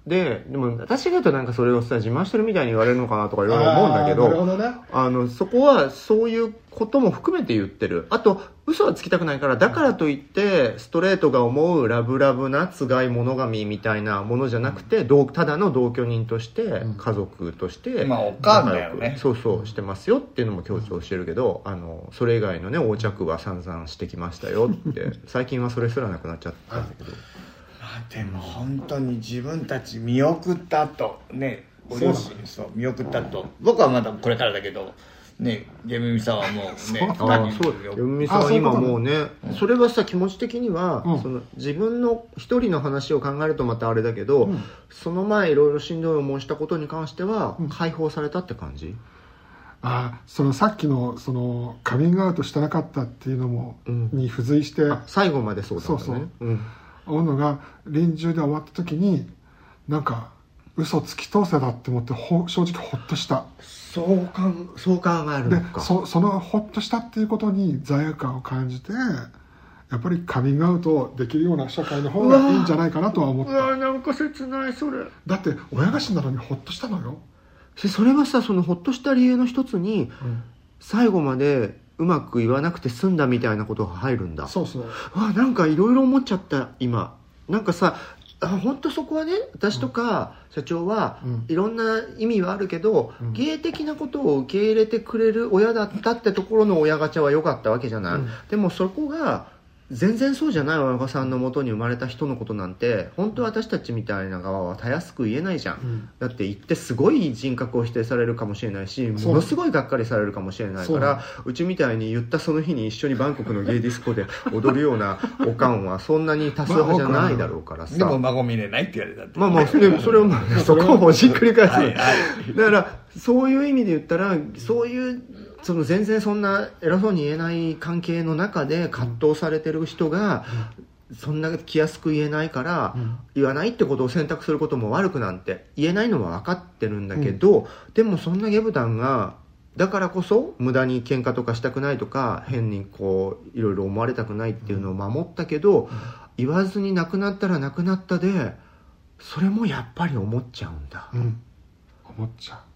Speaker 1: でも私が言うとなんかそれをさ自慢してるみたいに言われるのかなとかいろいろ思うんだけど、
Speaker 3: なるほどね、
Speaker 1: そこはそういうことも含めて言ってる。あと嘘はつきたくないから、だからといってストレートが思うラブラブなつがい物神みたいなものじゃなくて、ただの同居人として家族として
Speaker 2: まあおかんだよね、
Speaker 1: そうそうしてますよっていうのも強調してるけど、それ以外のね横着は散々してきましたよって最近はそれすらなくなっちゃったんだけど
Speaker 2: でも本当に自分たち見送った後ね、ご両親そう見送った後、僕はまだこれからだけどね、ゲムミさんはもうね
Speaker 1: そうゲムミさんは今もうね、それはさ気持ち的には、その自分の一人の話を考えるとまたあれだけど、その前いろいろしんどい思いしたことに関しては解放されたって感じ？
Speaker 3: そのさっきのそのカミングアウトしてなかったっていうのも、に付随して
Speaker 1: 最後までそうだったね。
Speaker 3: そう思うのが臨終で終わった時になんか嘘つき通せだって思って正直ホッとした。
Speaker 1: そう考えるのか。
Speaker 3: でそのホッとしたっていうことに罪悪感を感じて、やっぱりカミングアウトできるような社会の方がいいんじゃないかなとは思った。
Speaker 1: なんか切ないそれ。
Speaker 3: だって親が死んだのにホッとしたのよ。
Speaker 1: それはさそのホッとした理由の一つに、最後までうまく言わなくて済んだみたいなことが入るんだ。
Speaker 3: そう
Speaker 1: なんかいろいろ思っちゃった今。なんかさ本当そこはね、私とか社長はいろんな意味はあるけど、芸的なことを受け入れてくれる親だったってところの親ガチャは良かったわけじゃない、でもそこが全然そうじゃない親御さんのもとに生まれた人のことなんて本当私たちみたいな側はたやすく言えないじゃん、だって言ってすごい人格を否定されるかもしれないし、ものすごいがっかりされるかもしれないから、うちみたいに言ったその日に一緒にバンコクのゲイディスコで踊るようなおかんはそんなに多数派じゃないだろうからさ。
Speaker 2: でも孫見れないって言われたって、
Speaker 1: それをそこをほじくり返すだからそういう意味で言ったらそういうその全然そんな偉そうに言えない関係の中で葛藤されてる人が、そんな気安く言えないから、言わないってことを選択することも悪くなんて言えないのは分かってるんだけど、でもそんなゲブタンがだからこそ無駄に喧嘩とかしたくないとか変にこういろいろ思われたくないっていうのを守ったけど、言わずに亡くなったら亡くなったでそれもやっぱり思っちゃうんだ、
Speaker 3: 思っちゃう。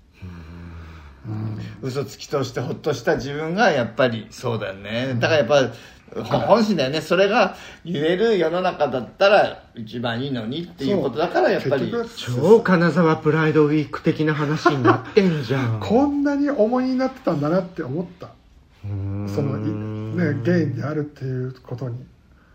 Speaker 2: 嘘つきとしてほっとした自分がやっぱりそうだよね、だからやっぱ本心だよね。それが言える世の中だったら一番いいのにっていうことだからやっぱり
Speaker 1: 超金沢プライドウィーク的な話になってんじゃん
Speaker 3: こんなに重荷になってたんだなって思った。そのねゲイであるっていうことに、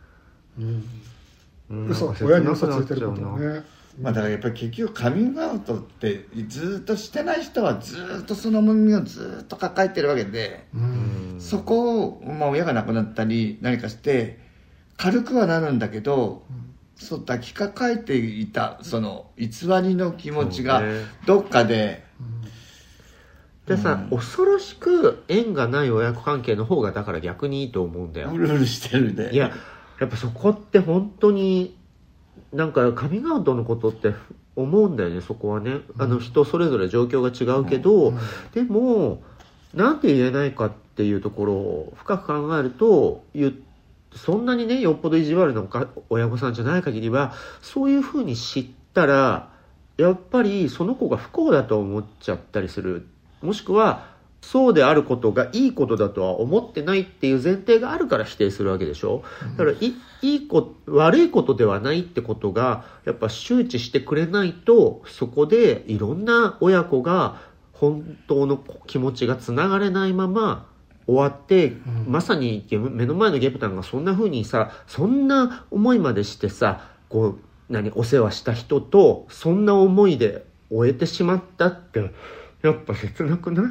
Speaker 3: 親に嘘ついてることをね。
Speaker 2: だからやっぱり結局カミングアウトってずっとしてない人はずっとその重みをずっと抱えてるわけで、そこを、親が亡くなったり何かして軽くはなるんだけど、そう抱きかかえていたその偽りの気持ちがどっかで、
Speaker 1: でさ、恐ろしく縁がない親子関係の方がだから逆にいいと思うんだよ。
Speaker 2: うるうるしてるで。
Speaker 1: いややっぱそこって本当になんかカミングアウトのことって思うんだよね。そこはね人それぞれ状況が違うけど、でもなんで言えないかっていうところを深く考えると、そんなにねよっぽど意地悪な親御さんじゃない限りはそういうふうに知ったらやっぱりその子が不幸だと思っちゃったりする、もしくはそうであることがいいことだとは思ってないっていう前提があるから否定するわけでしょ。だから悪いことではないってことがやっぱ周知してくれないと、そこでいろんな親子が本当の気持ちがつながれないまま終わって、まさに目の前のゲプタンがそんな風にさ、そんな思いまでしてさ、こうお世話した人とそんな思いで終えてしまったってやっぱ切なくない？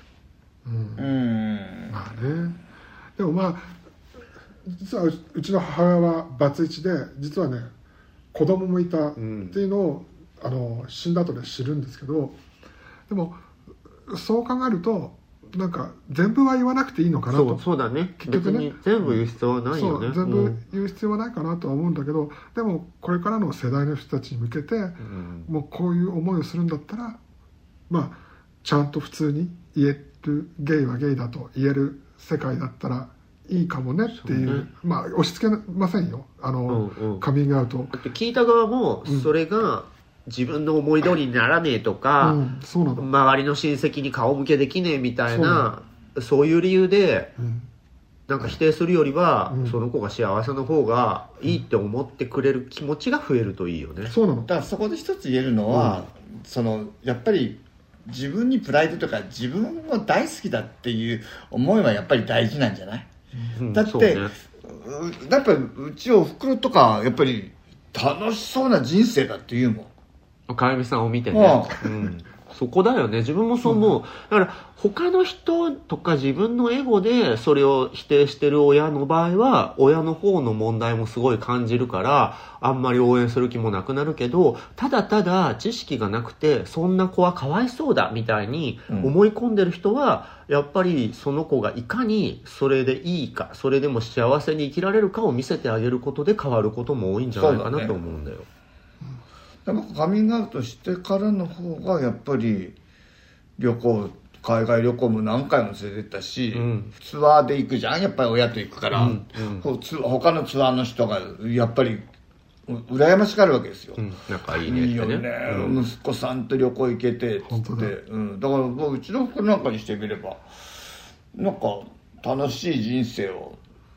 Speaker 3: まあね。でも実はうちの母親はバツイチで、実はね子供もいたっていうのを、死んだ後で知るんですけど、でもそう考えるとなんか全部は言わなくていいのかなと。
Speaker 1: そうだね。結局ね全部言う必要はないよね。
Speaker 3: 全部言う必要はないかなとは思うんだけど、でもこれからの世代の人たちに向けて、もうこういう思いをするんだったらちゃんと普通に言える、ゲイはゲイだと言える世界だったらいいかもねっていう、押し付けませんよカミングアウト。
Speaker 1: だって聞いた側もそれが自分の思い通りにならねえとか、
Speaker 3: そうなの。
Speaker 1: 周りの親戚に顔向けできねえみたいな、そういう理由で、なんか否定するよりは、その子が幸せの方がいいって思ってくれる気持ちが増えるといいよね。
Speaker 3: そうなの。
Speaker 2: だからそこで一つ言えるのは、やっぱり自分にプライドとか自分を大好きだっていう思いはやっぱり大事なんじゃない？だって、やっぱりうちおふくろとかやっぱり楽しそうな人生だって言うもん。
Speaker 1: かゆみさんを見てね、そこだよね。自分もそう思う。だから他の人とか自分のエゴでそれを否定してる親の場合は親の方の問題もすごい感じるからあんまり応援する気もなくなるけど、ただただ知識がなくてそんな子はかわいそうだみたいに思い込んでる人は、やっぱりその子がいかにそれでいいか、それでも幸せに生きられるかを見せてあげることで変わることも多いんじゃないかなと思うんだよ。
Speaker 2: でもカミングアウトしてからの方がやっぱり海外旅行も何回も連れてったし、ツアーで行くじゃん、やっぱり親と行くから、他のツアーの人がやっぱり羨ましがるわけですよ、
Speaker 1: 仲いいねってね、
Speaker 2: いいよね、息子さんと旅行行けてって言って、だからうちの子なんかにしてみればなんか楽しい人生を、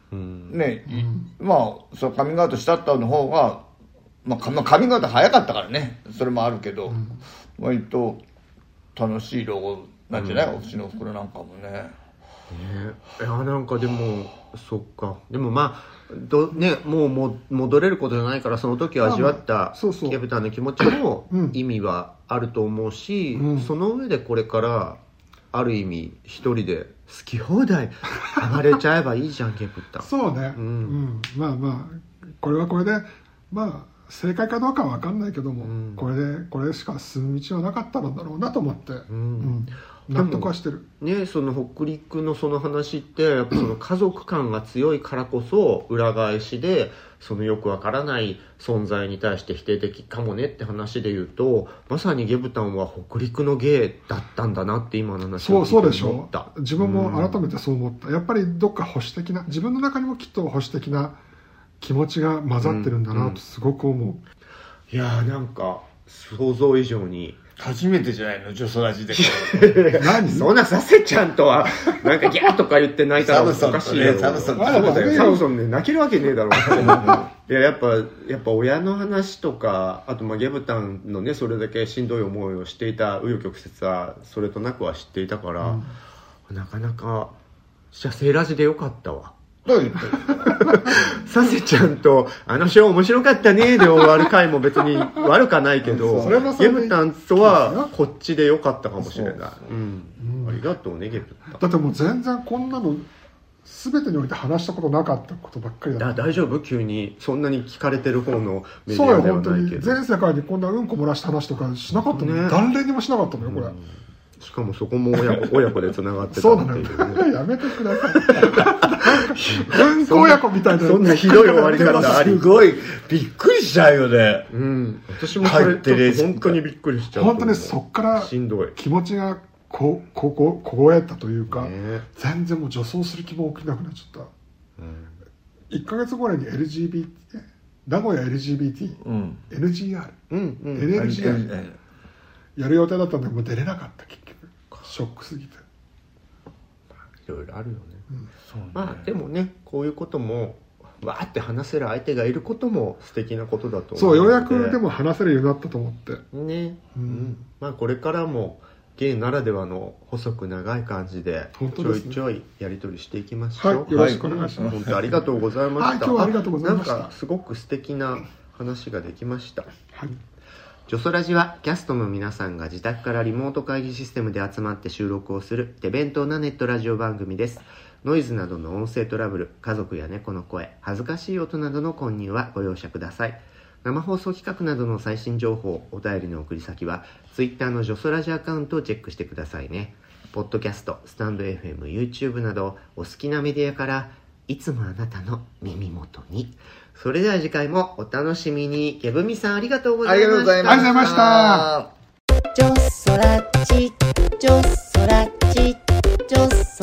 Speaker 2: まあそのカミングアウトしたったの方がカミングアウト早かったからね、それもあるけど、割と楽しい老後なんじゃない、うちのおふくろなんかもね。
Speaker 1: いやなんかでもそっか、でももう戻れることじゃないから、その時味わったケブタンの気持ちも意味はあると思うし、その上でこれからある意味一人で好き放題上がれちゃえばいいじゃんケブタン。
Speaker 3: そうね、まあこれはこれで正解かどうかは分かんないけども、これしか進む道はなかったのだろうなと思って、納得はしてる
Speaker 1: ね。その北陸のその話ってやっぱその家族感が強いからこそ裏返しでそのよくわからない存在に対して否定的かもねって話で言うと、まさにゲブタンは北陸の芸だったんだなって今の話を聞いて思った。そうでしょ。
Speaker 3: 自分も改めてそう思った。やっぱりどっか保守的な、自分の中にもきっと保守的な気持ちが混ざってるんだなとすごく思う。
Speaker 1: いやーなんか想像以上に
Speaker 2: 初めてじゃないの、ジョソラジで
Speaker 1: 何そんなさせちゃんとはなんかギャーとか言って泣いたらおかしいよ。サムソンね泣けるわけねえだろう。いややっぱ親の話とか、あとゲブタンのねそれだけしんどい思いをしていた紆余曲折はそれとなくは知っていたから、なかなか射精ラジでよかったわ。
Speaker 2: どう言って
Speaker 1: サセちゃんとあのショー面白かったねで終わる回も別に悪かないけどゲブタンとはこっちでよかったかもしれない。ありがとうねゲブタン。
Speaker 3: だってもう全然こんなの全てにおいて話したことなかったことばっかりだ。
Speaker 1: 大丈夫？急にそんなに聞かれてる方のメディアではないけど。そうよ、本当に全
Speaker 3: 世界にこんなうんこ漏らした話とかしなかったの、誰にもしなかったのよこれ。
Speaker 1: しかもそこも親子でつながってた
Speaker 3: そうなのよ。やめてください。うんこ親子みたいな。
Speaker 1: そんなひどい終わり方あり。
Speaker 2: すごいびっくりしちゃうよね。
Speaker 1: 私もそれ本当にびっくりしちゃう。
Speaker 3: 本当にそっから気持ちが凍えたというか、全然もう女装する気も起きなくなっちゃった。1ヶ月後に LGBT 名古屋 LGBT、NGR、NLGR やる予定だったんだけど出れなかった。結局ショックすぎて。
Speaker 1: いろいろあるよね。でもねこういうこともわーって話せる相手がいることも素敵なことだと思う。
Speaker 3: そう、ようやくでも話せるようになったと思って
Speaker 1: ね。これからもゲイならではの細く長い感じでちょいちょいやり取りしていきましょう。
Speaker 3: よろしくお願いします。
Speaker 1: 本当ありがとうございました。
Speaker 3: 今日はありがとうございました。
Speaker 1: なんかすごく素敵な話ができました。ジョソラジはキャストの皆さんが自宅からリモート会議システムで集まって収録をする手弁当なネットラジオ番組です。ノイズなどの音声トラブル、家族や猫の声、恥ずかしい音などの混入はご容赦ください。生放送企画などの最新情報、お便りの送り先は Twitter のジョソラジアカウントをチェックしてくださいね。ポッドキャスト、スタンド FM、YouTube などお好きなメディアからいつもあなたの耳元に。それでは次回もお楽しみに。ケブミさんありがとうございました。
Speaker 3: ありがとうございました。
Speaker 4: ジョソラジ、ジョソラジ、ジョソ